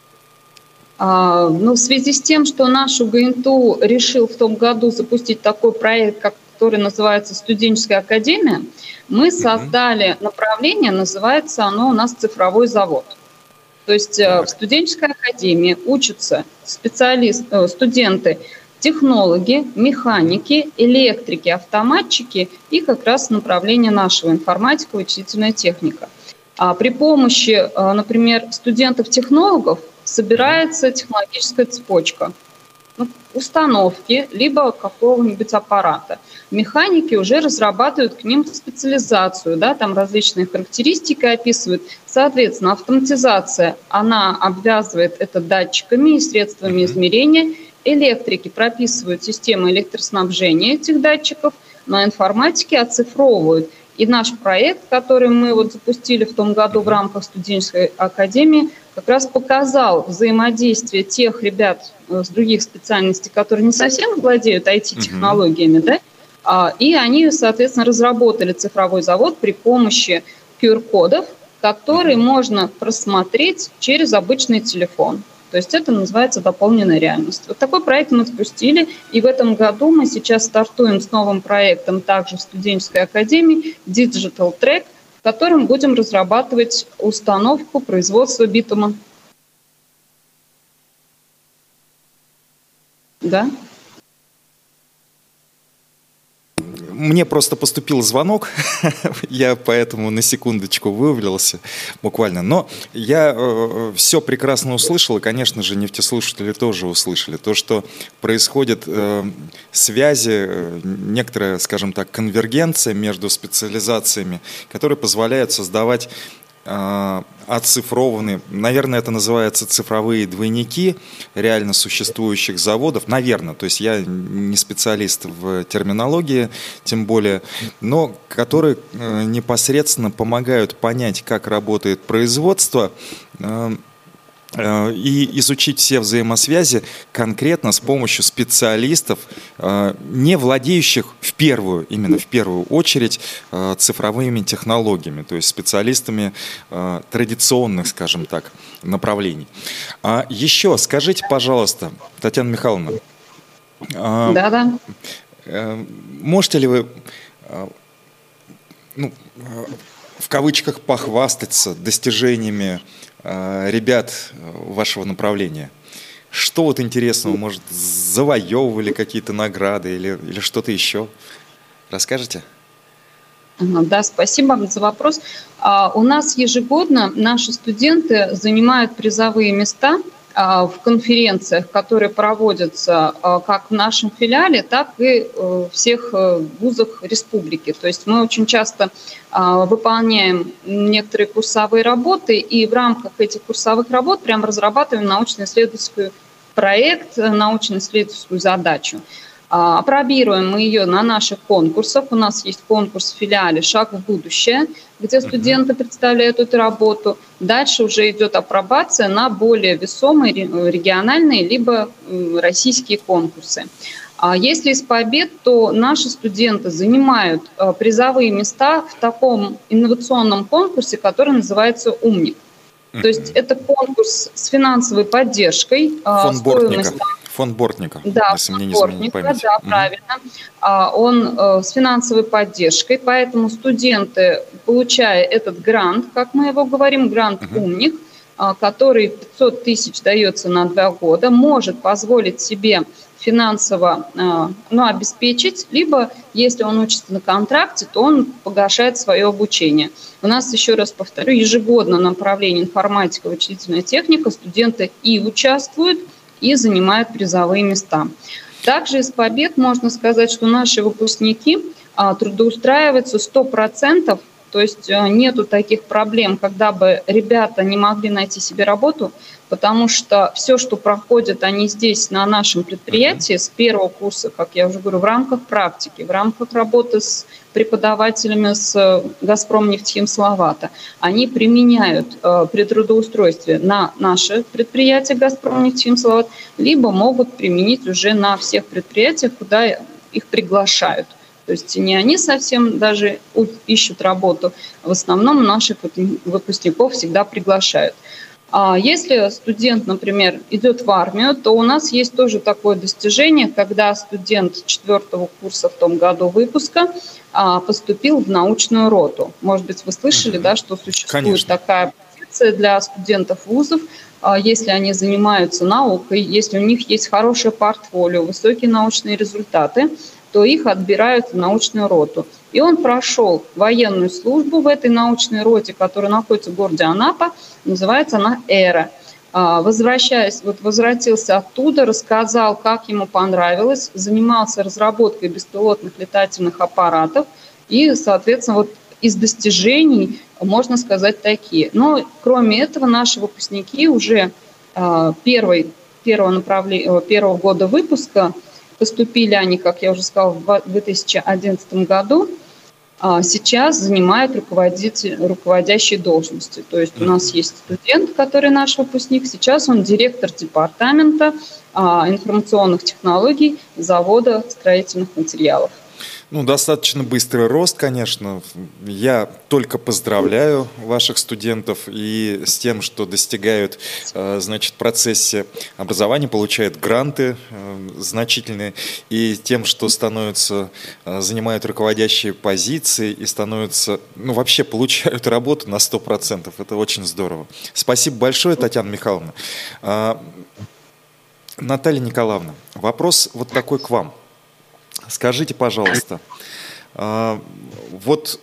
Speaker 6: А, ну, в связи с тем, что наш УГНТУ решил в том году запустить такой проект, как который называется «Студенческая академия», мы создали направление, называется оно у нас «Цифровой завод». То есть в студенческой академии учатся специалисты, студенты, технологи, механики, электрики, автоматчики и как раз направление нашего информатика, вычислительная техника. А при помощи, например, студентов-технологов собирается технологическая цепочка. Установки, либо какого-нибудь аппарата. Механики уже разрабатывают к ним специализацию, да, там различные характеристики описывают. Соответственно, автоматизация, она обвязывает это датчиками и средствами измерения. Электрики прописывают системы электроснабжения этих датчиков, но информатики оцифровывают. И наш проект, который мы вот запустили в том году в рамках студенческой академии, как раз показал взаимодействие тех ребят с других специальностей, которые не совсем владеют ай ти-технологиями, uh-huh. да, а, и они, соответственно, разработали цифровой завод при помощи ку ар-кодов, которые uh-huh. можно просмотреть через обычный телефон. То есть это называется дополненная реальность. Вот такой проект мы запустили, и в этом году мы сейчас стартуем с новым проектом также в студенческой академии Digital Track, в котором будем разрабатывать установку производства битума. Да?
Speaker 3: Мне просто поступил звонок, я поэтому на секундочку вывалился буквально. Но я э, все прекрасно услышал, и, конечно же, нефтеслушатели тоже услышали. То, что происходит э, связи, э, некоторая, скажем так, конвергенция между специализациями, которые позволяют создавать э, оцифрованные, наверное, это называется цифровые двойники реально существующих заводов, наверное, то есть я не специалист в терминологии, тем более, но которые э, непосредственно помогают понять, как работает производство, э, и изучить все взаимосвязи конкретно с помощью специалистов, не владеющих в первую, именно в первую очередь цифровыми технологиями, то есть специалистами традиционных, скажем так, направлений. А еще скажите, пожалуйста, Татьяна Михайловна,
Speaker 6: да, да.
Speaker 3: можете ли вы, ну, в кавычках, похвастаться достижениями ребят вашего направления? Что вот интересного, может, завоевывали какие-то награды или, или что-то еще? Расскажете?
Speaker 6: Да, спасибо за вопрос. У нас ежегодно наши студенты занимают призовые места в конференциях, которые проводятся как в нашем филиале, так и в всех вузах республики. То есть мы очень часто выполняем некоторые курсовые работы, и в рамках этих курсовых работ прям разрабатываем научно-исследовательский проект, научно-исследовательскую задачу. Апробируем мы ее на наших конкурсах. У нас есть конкурс в филиале «Шаг в будущее», где студенты представляют эту работу. Дальше уже идет апробация на более весомые региональные либо российские конкурсы. Если из побед, то наши студенты занимают призовые места в таком инновационном конкурсе, который называется «Умник». То есть это конкурс с финансовой поддержкой.
Speaker 3: Фонд Бортника. Фонд Бортника,
Speaker 6: да,
Speaker 3: если мне не
Speaker 6: изменить память. Да, угу. Правильно. Он э, с финансовой поддержкой, поэтому студенты, получая этот грант, как мы его говорим, грант угу. «Умник», э, который пятьсот тысяч дается на два года, может позволить себе финансово э, ну, обеспечить, либо, если он учится на контракте, то он погашает свое обучение. У нас, еще раз повторю, ежегодно на направлении информатика, вычислительная техника студенты и участвуют, и занимают призовые места. Также из побед можно сказать, что наши выпускники а, трудоустраиваются сто процентов, то есть а, нету таких проблем, когда бы ребята не могли найти себе работу, потому что все, что проходят они здесь на нашем предприятии с первого курса, как я уже говорю, в рамках практики, в рамках работы с преподавателями с «Газпромнефтехим-Салавата», они применяют э, при трудоустройстве на наше предприятие «Газпромнефтехим-Салават», либо могут применить уже на всех предприятиях, куда их приглашают. То есть не они совсем даже ищут работу, в основном наших выпускников всегда приглашают. А если студент, например, идет в армию, то у нас есть тоже такое достижение, когда студент четвертого курса в том году выпуска а, поступил в научную роту. Может быть, вы слышали, да, что существует Конечно. Такая позиция для студентов вузов, а, если они занимаются наукой, если у них есть хорошее портфолио, высокие научные результаты, то их отбирают в научную роту. И он прошел военную службу в этой научной роте, которая находится в городе Анапа, называется она «Эра». Возвращаясь, вот возвратился оттуда, рассказал, как ему понравилось, занимался разработкой беспилотных летательных аппаратов, и, соответственно, вот из достижений можно сказать такие. Но, кроме этого, наши выпускники уже первой, первого, направления, первого года выпуска поступили они, как я уже сказала, в две тысячи одиннадцатом году, а сейчас занимают руководящие должности. То есть у нас есть студент, который наш выпускник, сейчас он директор департамента а, информационных технологий завода строительных материалов.
Speaker 3: Ну, достаточно быстрый рост, конечно. Я только поздравляю ваших студентов и с тем, что достигают, значит, в процессе образования, получают гранты значительные, и тем, что становятся, занимают руководящие позиции и становятся, ну, вообще получают работу на сто процентов. Это очень здорово. Спасибо большое, Татьяна Михайловна. Наталья Николаевна, вопрос вот такой к вам. Скажите, пожалуйста, вот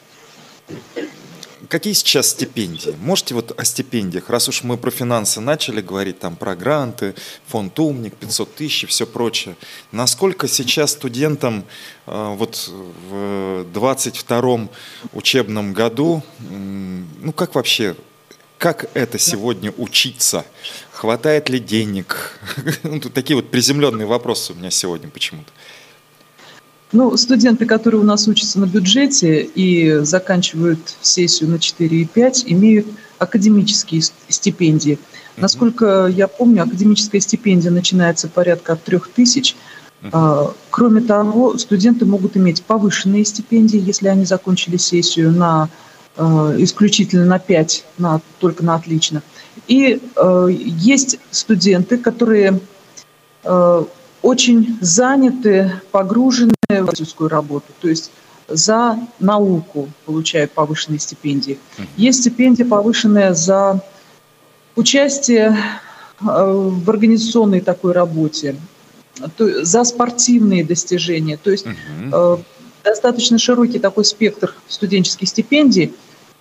Speaker 3: какие сейчас стипендии? Можете вот о стипендиях, раз уж мы про финансы начали говорить, там про гранты, фонд «Умник», пятьсот тысяч и все прочее. Насколько сейчас студентам вот в двадцать втором учебном году, ну как вообще, как это сегодня учиться? Хватает ли денег? Ну, тут такие вот приземленные вопросы у меня сегодня почему-то.
Speaker 4: Ну, студенты, которые у нас учатся на бюджете и заканчивают сессию на четыре и пять, имеют академические стипендии. Mm-hmm. Насколько я помню, академическая стипендия начинается порядка от трех тысяч. Mm-hmm. Кроме того, студенты могут иметь повышенные стипендии, если они закончили сессию на, исключительно на пять, на, только на отлично. И есть студенты, которые очень заняты, погружены в практическую работу, то есть за науку получают повышенные стипендии. Есть стипендия, повышенная за участие в организационной такой работе, за спортивные достижения. То есть uh-huh. достаточно широкий такой спектр студенческих стипендий.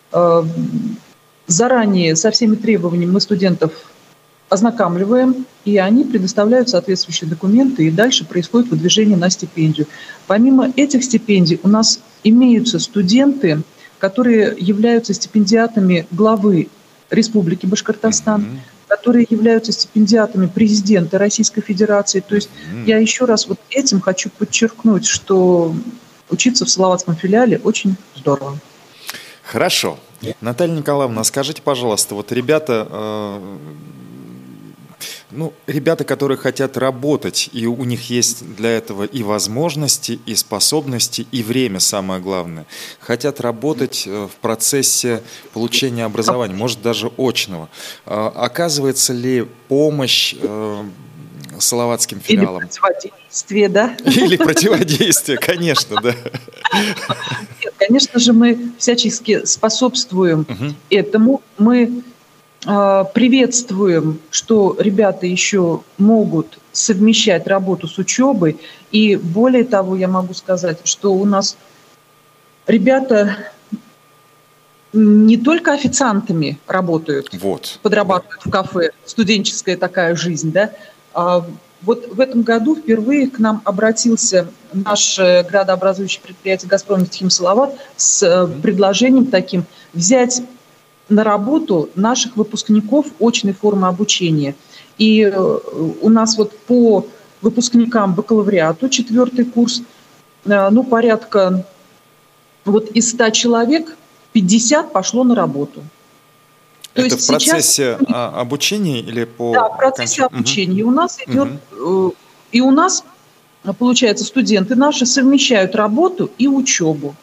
Speaker 4: Заранее со всеми требованиями мы студентов ознакомливаем, и они предоставляют соответствующие документы, и дальше происходит выдвижение на стипендию. Помимо этих стипендий у нас имеются студенты, которые являются стипендиатами главы Республики Башкортостан, mm-hmm. которые являются стипендиатами президента Российской Федерации. То есть mm. я еще раз вот этим хочу подчеркнуть, что учиться в Салаватском филиале очень здорово.
Speaker 3: Хорошо. Наталья Николаевна, скажите, пожалуйста, вот ребята, э, ну, ребята, которые хотят работать, и у них есть для этого и возможности, и способности, и время, самое главное, хотят работать в процессе получения образования, может, даже очного. Э, оказывается ли помощь э, Салаватским филиалам?
Speaker 4: Или противодействие, да?
Speaker 3: Или противодействие, конечно, да.
Speaker 4: Нет, конечно же, мы всячески способствуем угу. этому. Мы э, приветствуем, что ребята еще могут совмещать работу с учебой. И более того, я могу сказать, что у нас ребята не только официантами работают, вот. подрабатывают да. в кафе, студенческая такая жизнь, да. А вот в этом году впервые к нам обратился наш градообразующее предприятие «Газпромнефтехим Салават» с предложением таким взять на работу наших выпускников очной формы обучения. И у нас вот по выпускникам бакалавриату четвертый курс, ну, порядка вот из ста человек пятьдесят пошло на работу. То
Speaker 3: Это
Speaker 4: есть
Speaker 3: в процессе
Speaker 4: сейчас...
Speaker 3: обучения или по...
Speaker 4: Да, в процессе
Speaker 3: оконч...
Speaker 4: обучения. Угу. У нас идет...
Speaker 3: Угу.
Speaker 4: И у нас, получается, студенты наши совмещают работу и учебу.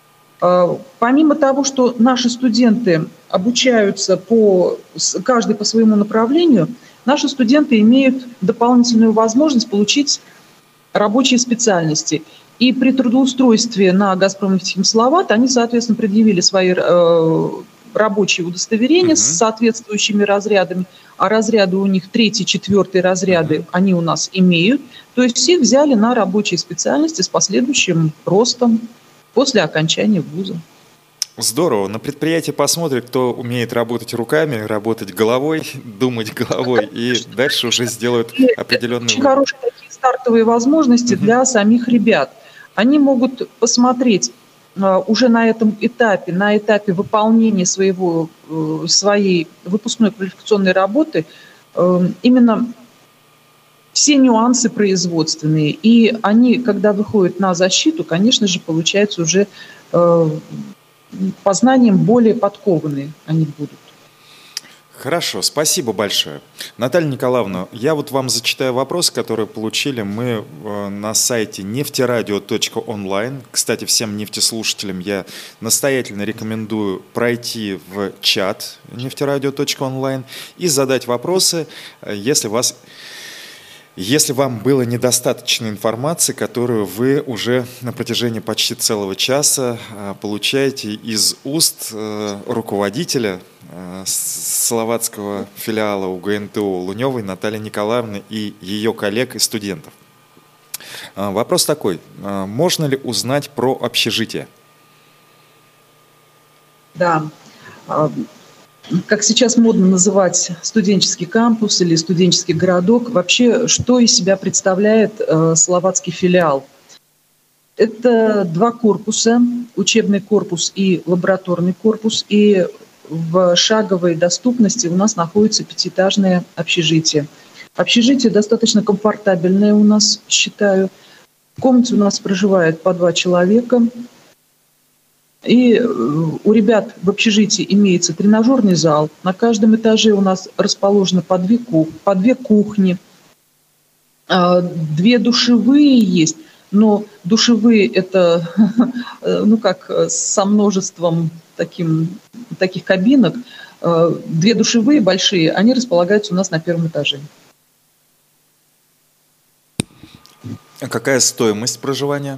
Speaker 4: Помимо того, что наши студенты обучаются по, каждый по своему направлению, наши студенты имеют дополнительную возможность получить рабочие специальности. И при трудоустройстве на «Газпромнефтехим Салават» они, соответственно, предъявили свои э, рабочие удостоверения uh-huh. с соответствующими разрядами, а разряды у них третий, четвертый разряды uh-huh. они у нас имеют. То есть их взяли на рабочие специальности с последующим ростом после окончания вуза.
Speaker 3: Здорово. На предприятии посмотрят, кто умеет работать руками, работать головой, думать головой, и дальше уже сделают определенные...
Speaker 4: Очень хорошие такие стартовые возможности uh-huh. для самих ребят. Они могут посмотреть uh, уже на этом этапе, на этапе выполнения своего, uh, своей выпускной квалификационной работы uh, именно все нюансы производственные. И они, когда выходят на защиту, конечно же, получается уже uh, познанием более подкованные они будут.
Speaker 3: Хорошо, спасибо большое. Наталья Николаевна, я вот вам зачитаю вопросы, которые получили мы на сайте нефтерадио точка онлайн. Кстати, всем нефтеслушателям я настоятельно рекомендую пройти в чат нефтерадио точка онлайн и задать вопросы, если вас... Если вам было недостаточно информации, которую вы уже на протяжении почти целого часа получаете из уст руководителя Салаватского филиала УГНТУ Луневой Натальи Николаевны и ее коллег и студентов. Вопрос такой. Можно ли узнать про общежитие?
Speaker 4: Да. Как сейчас модно называть студенческий кампус или студенческий городок, вообще что из себя представляет э, Салаватский филиал? Это два корпуса, учебный корпус и лабораторный корпус, и в шаговой доступности у нас находится пятиэтажное общежитие. Общежитие достаточно комфортабельное у нас, считаю. В комнате у нас проживает по два человека. И у ребят в общежитии имеется тренажерный зал. На каждом этаже у нас расположено по две, по две кухни. Две душевые есть, но душевые это, ну как, со множеством таким, таких кабинок. Две душевые большие, они располагаются у нас на первом этаже.
Speaker 3: А какая стоимость проживания?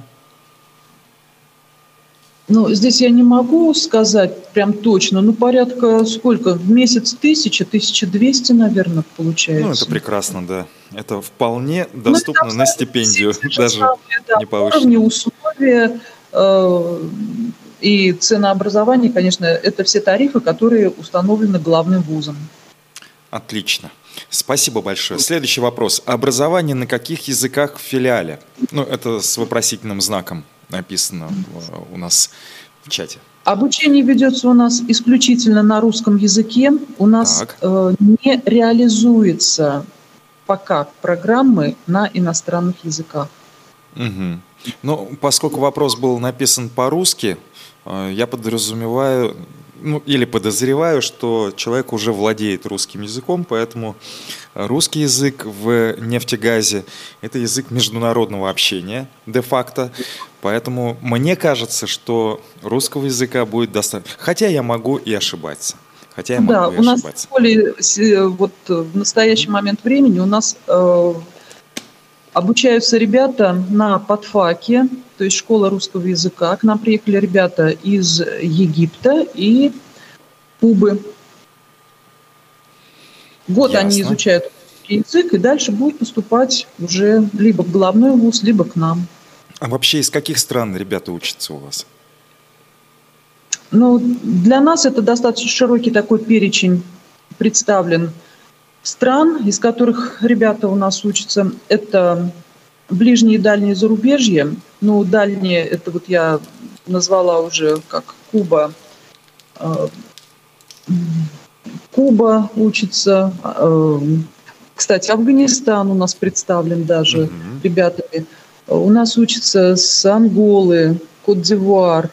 Speaker 4: Ну, здесь я не могу сказать прям точно, ну, порядка сколько? В месяц тысяча, тысяча двести, наверное, получается.
Speaker 3: Ну, это прекрасно, да. Это вполне доступно ну, на стипендию, даже самые, да, не повышенные.
Speaker 4: Уровни, условия э, и ценообразование, конечно, это все тарифы, которые установлены главным вузом.
Speaker 3: Отлично. Спасибо большое. Следующий вопрос. Образование на каких языках в филиале? Ну, это с вопросительным знаком написано у нас в чате.
Speaker 4: Обучение ведется у нас исключительно на русском языке. У нас э, не реализуется пока программы на иностранных языках.
Speaker 3: Угу. Ну, поскольку вопрос был написан по-русски, э, я подразумеваю, ну, или подозреваю, что человек уже владеет русским языком, поэтому русский язык в нефтегазе – это язык международного общения де-факто. Поэтому мне кажется, что русского языка будет достаточно. Хотя я могу и ошибаться. Хотя я могу
Speaker 4: да,
Speaker 3: и
Speaker 4: у нас
Speaker 3: ошибаться.
Speaker 4: более, вот, в настоящий момент времени у нас э, обучаются ребята на подфаке, то есть школа русского языка. К нам приехали ребята из Египта и Кубы. Год
Speaker 3: Ясно.
Speaker 4: Они изучают русский язык и дальше будут поступать уже либо в главной вуз, либо к нам.
Speaker 3: А вообще из каких стран ребята учатся у вас?
Speaker 4: Ну, для нас это достаточно широкий такой перечень представлен стран, из которых ребята у нас учатся. Это ближние и дальние зарубежья. Ну, дальние, это вот я назвала уже как Куба. Куба учится. Кстати, Афганистан у нас представлен даже mm-hmm. ребятами. У нас учатся с Анголы, Кот-д'Ивуар.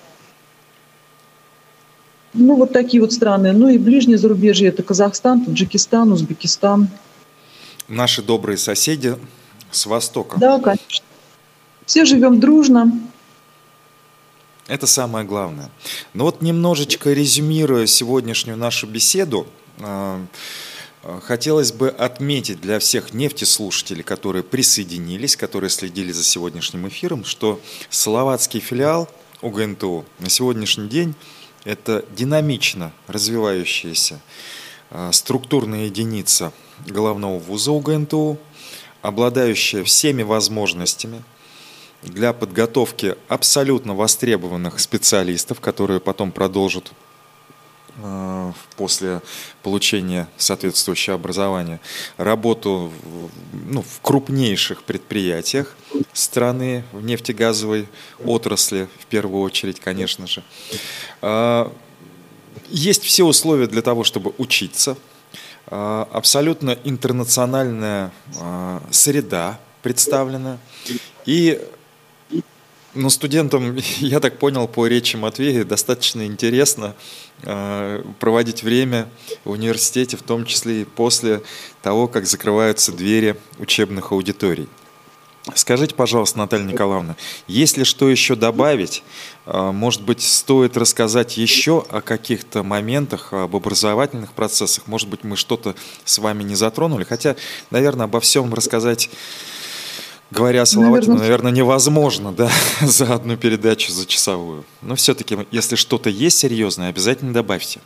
Speaker 4: Ну, вот такие вот страны. Ну и ближнее зарубежье – это Казахстан, Таджикистан, Узбекистан.
Speaker 3: Наши добрые соседи с востока.
Speaker 4: Да, конечно. Все живем дружно.
Speaker 3: Это самое главное. Но вот немножечко резюмируя сегодняшнюю нашу беседу, хотелось бы отметить для всех нефтеслушателей, которые присоединились, которые следили за сегодняшним эфиром, что словацкий филиал УГНТУ на сегодняшний день – это динамично развивающаяся структурная единица главного вуза УГНТУ, обладающая всеми возможностями для подготовки абсолютно востребованных специалистов, которые потом продолжат после получения соответствующего образования работу ну, в крупнейших предприятиях страны, в нефтегазовой отрасли, в первую очередь, конечно же. Есть все условия для того, чтобы учиться. Абсолютно интернациональная среда представлена. И ну, студентам, я так понял, по речи Матвея, достаточно интересно э, проводить время в университете, в том числе и после того, как закрываются двери учебных аудиторий. Скажите, пожалуйста, Наталья Николаевна, есть ли что еще добавить? Э, может быть, стоит рассказать еще о каких-то моментах, об образовательных процессах? Может быть, мы что-то с вами не затронули? Хотя, наверное, обо всем рассказать... Говоря о Салавате, наверное, наверное, невозможно, да, за одну передачу, за часовую. Но все-таки, если что-то есть серьезное, обязательно добавьте.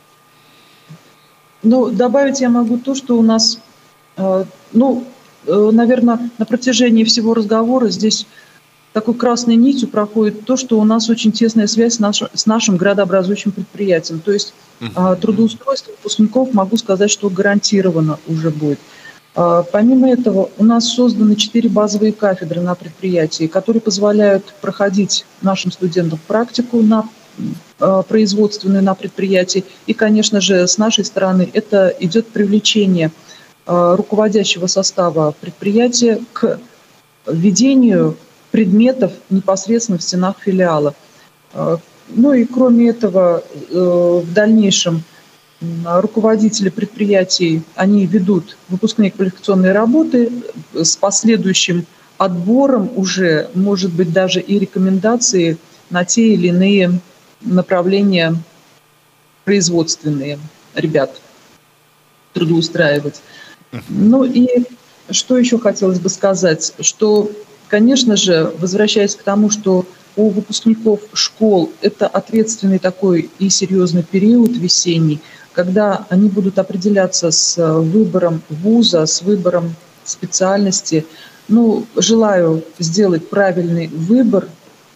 Speaker 4: Ну, добавить я могу то, что у нас, э, ну, э, наверное, на протяжении всего разговора здесь такой красной нитью проходит то, что у нас очень тесная связь с, наш, с нашим градообразующим предприятием. То есть э, трудоустройство выпускников, могу сказать, что гарантированно уже будет. Помимо этого, у нас созданы четыре базовые кафедры на предприятии, которые позволяют проходить нашим студентам практику на производственную на предприятии. И, конечно же, с нашей стороны это идет привлечение руководящего состава предприятия к ведению предметов непосредственно в стенах филиала. Ну и кроме этого, в дальнейшем руководители предприятий, они ведут выпускные квалификационные работы с последующим отбором уже, может быть, даже и рекомендации на те или иные направления производственные ребят трудоустраивать. Ну и что еще хотелось бы сказать, что, конечно же, возвращаясь к тому, что у выпускников школ это ответственный такой и серьезный период весенний, когда они будут определяться с выбором вуза, с выбором специальности. Ну, желаю сделать правильный выбор.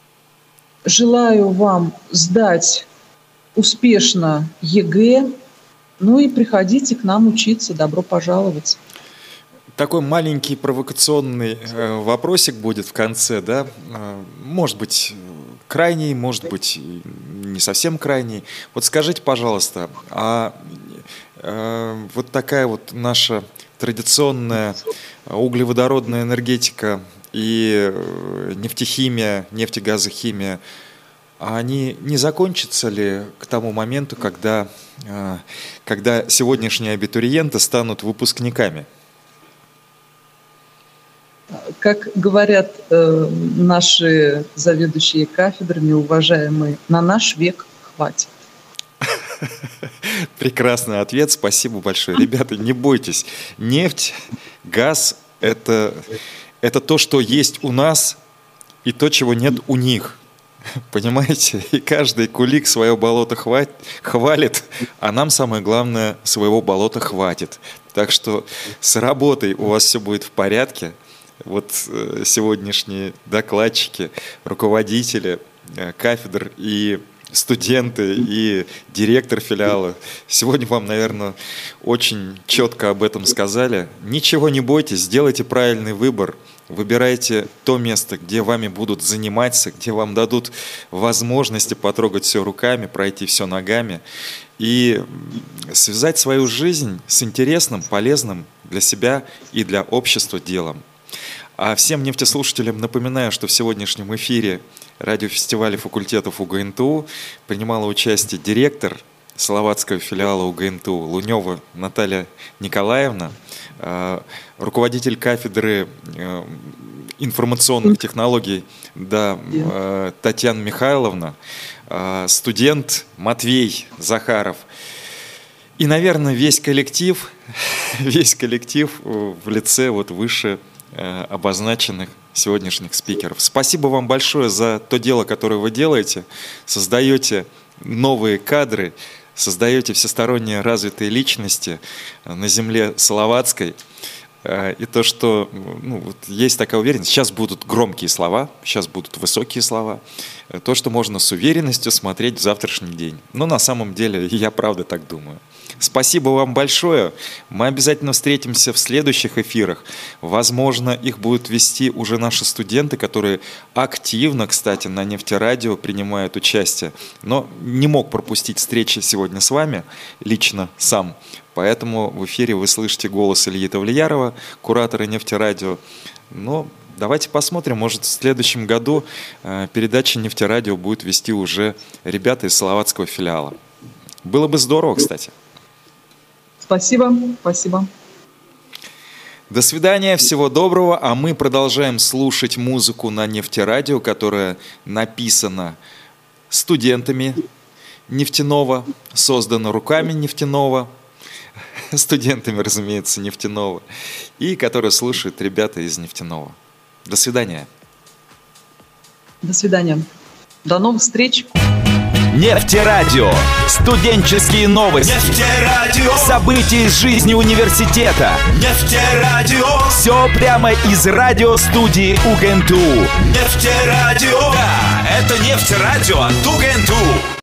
Speaker 4: Желаю вам сдать успешно ЕГЭ. Ну и приходите к нам учиться. Добро пожаловать.
Speaker 3: Такой маленький провокационный э, вопросик будет в конце, да? Э, может быть, крайний, может быть, не совсем крайний. Вот скажите, пожалуйста, а э, вот такая вот наша традиционная углеводородная энергетика и нефтехимия, нефтегазохимия, они не закончатся ли к тому моменту, когда, когда сегодняшние абитуриенты станут выпускниками?
Speaker 4: Как говорят э, наши заведующие кафедрами, уважаемые, на наш век хватит.
Speaker 3: Прекрасный ответ, спасибо большое. Ребята, не бойтесь, нефть, газ – это, это то, что есть у нас, и то, чего нет у них. Понимаете? И каждый кулик свое болото хват, хвалит, а нам самое главное, своего болота хватит. Так что с работой у вас все будет в порядке. Вот э, сегодняшние докладчики, руководители э, кафедр и студенты, и директор филиала сегодня вам, наверное, очень четко об этом сказали. Ничего не бойтесь, сделайте правильный выбор. Выбирайте то место, где вами будут заниматься, где вам дадут возможности потрогать все руками, пройти все ногами и связать свою жизнь с интересным, полезным для себя и для общества делом. А всем нефтеслушателям напоминаю, что в сегодняшнем эфире радиофестиваля факультетов УГНТУ принимала участие директор словацкого филиала УГНТУ Лунева Наталья Николаевна, руководитель кафедры информационных технологий да, Татьяна Михайловна, студент Матвей Захаров. И, наверное, весь коллектив, весь коллектив в лице вот выше обозначенных сегодняшних спикеров. Спасибо вам большое за то дело, которое вы делаете. Создаете новые кадры, создаете всесторонне развитые личности на земле словацкой. И то, что ну, вот есть такая уверенность, сейчас будут громкие слова, сейчас будут высокие слова, то, что можно с уверенностью смотреть в завтрашний день. Но на самом деле я правда так думаю. Спасибо вам большое. Мы обязательно встретимся в следующих эфирах. Возможно, их будут вести уже наши студенты, которые активно, кстати, на Нефтерадио принимают участие. Но не мог пропустить встречи сегодня с вами, лично сам. Поэтому в эфире вы слышите голос Ильи Тавлиярова, куратора Нефтерадио. Но давайте посмотрим, может, в следующем году передачи Нефтерадио будут вести уже ребята из словацкого филиала. Было бы здорово, кстати.
Speaker 4: Спасибо, спасибо.
Speaker 3: До свидания, всего доброго, а мы продолжаем слушать музыку на Нефтерадио, которая написана студентами Нефтяного, создана руками Нефтяного, студентами, разумеется, Нефтяного, и которая слушают ребята из Нефтяного. До свидания.
Speaker 4: До свидания. До новых встреч.
Speaker 1: Нефтерадио. Студенческие новости.
Speaker 2: Нефтерадио.
Speaker 1: События из жизни университета.
Speaker 2: Нефтерадио.
Speaker 1: Все прямо из радиостудии УГНТУ.
Speaker 2: Нефтерадио. Да, это Нефтерадио от УГНТУ.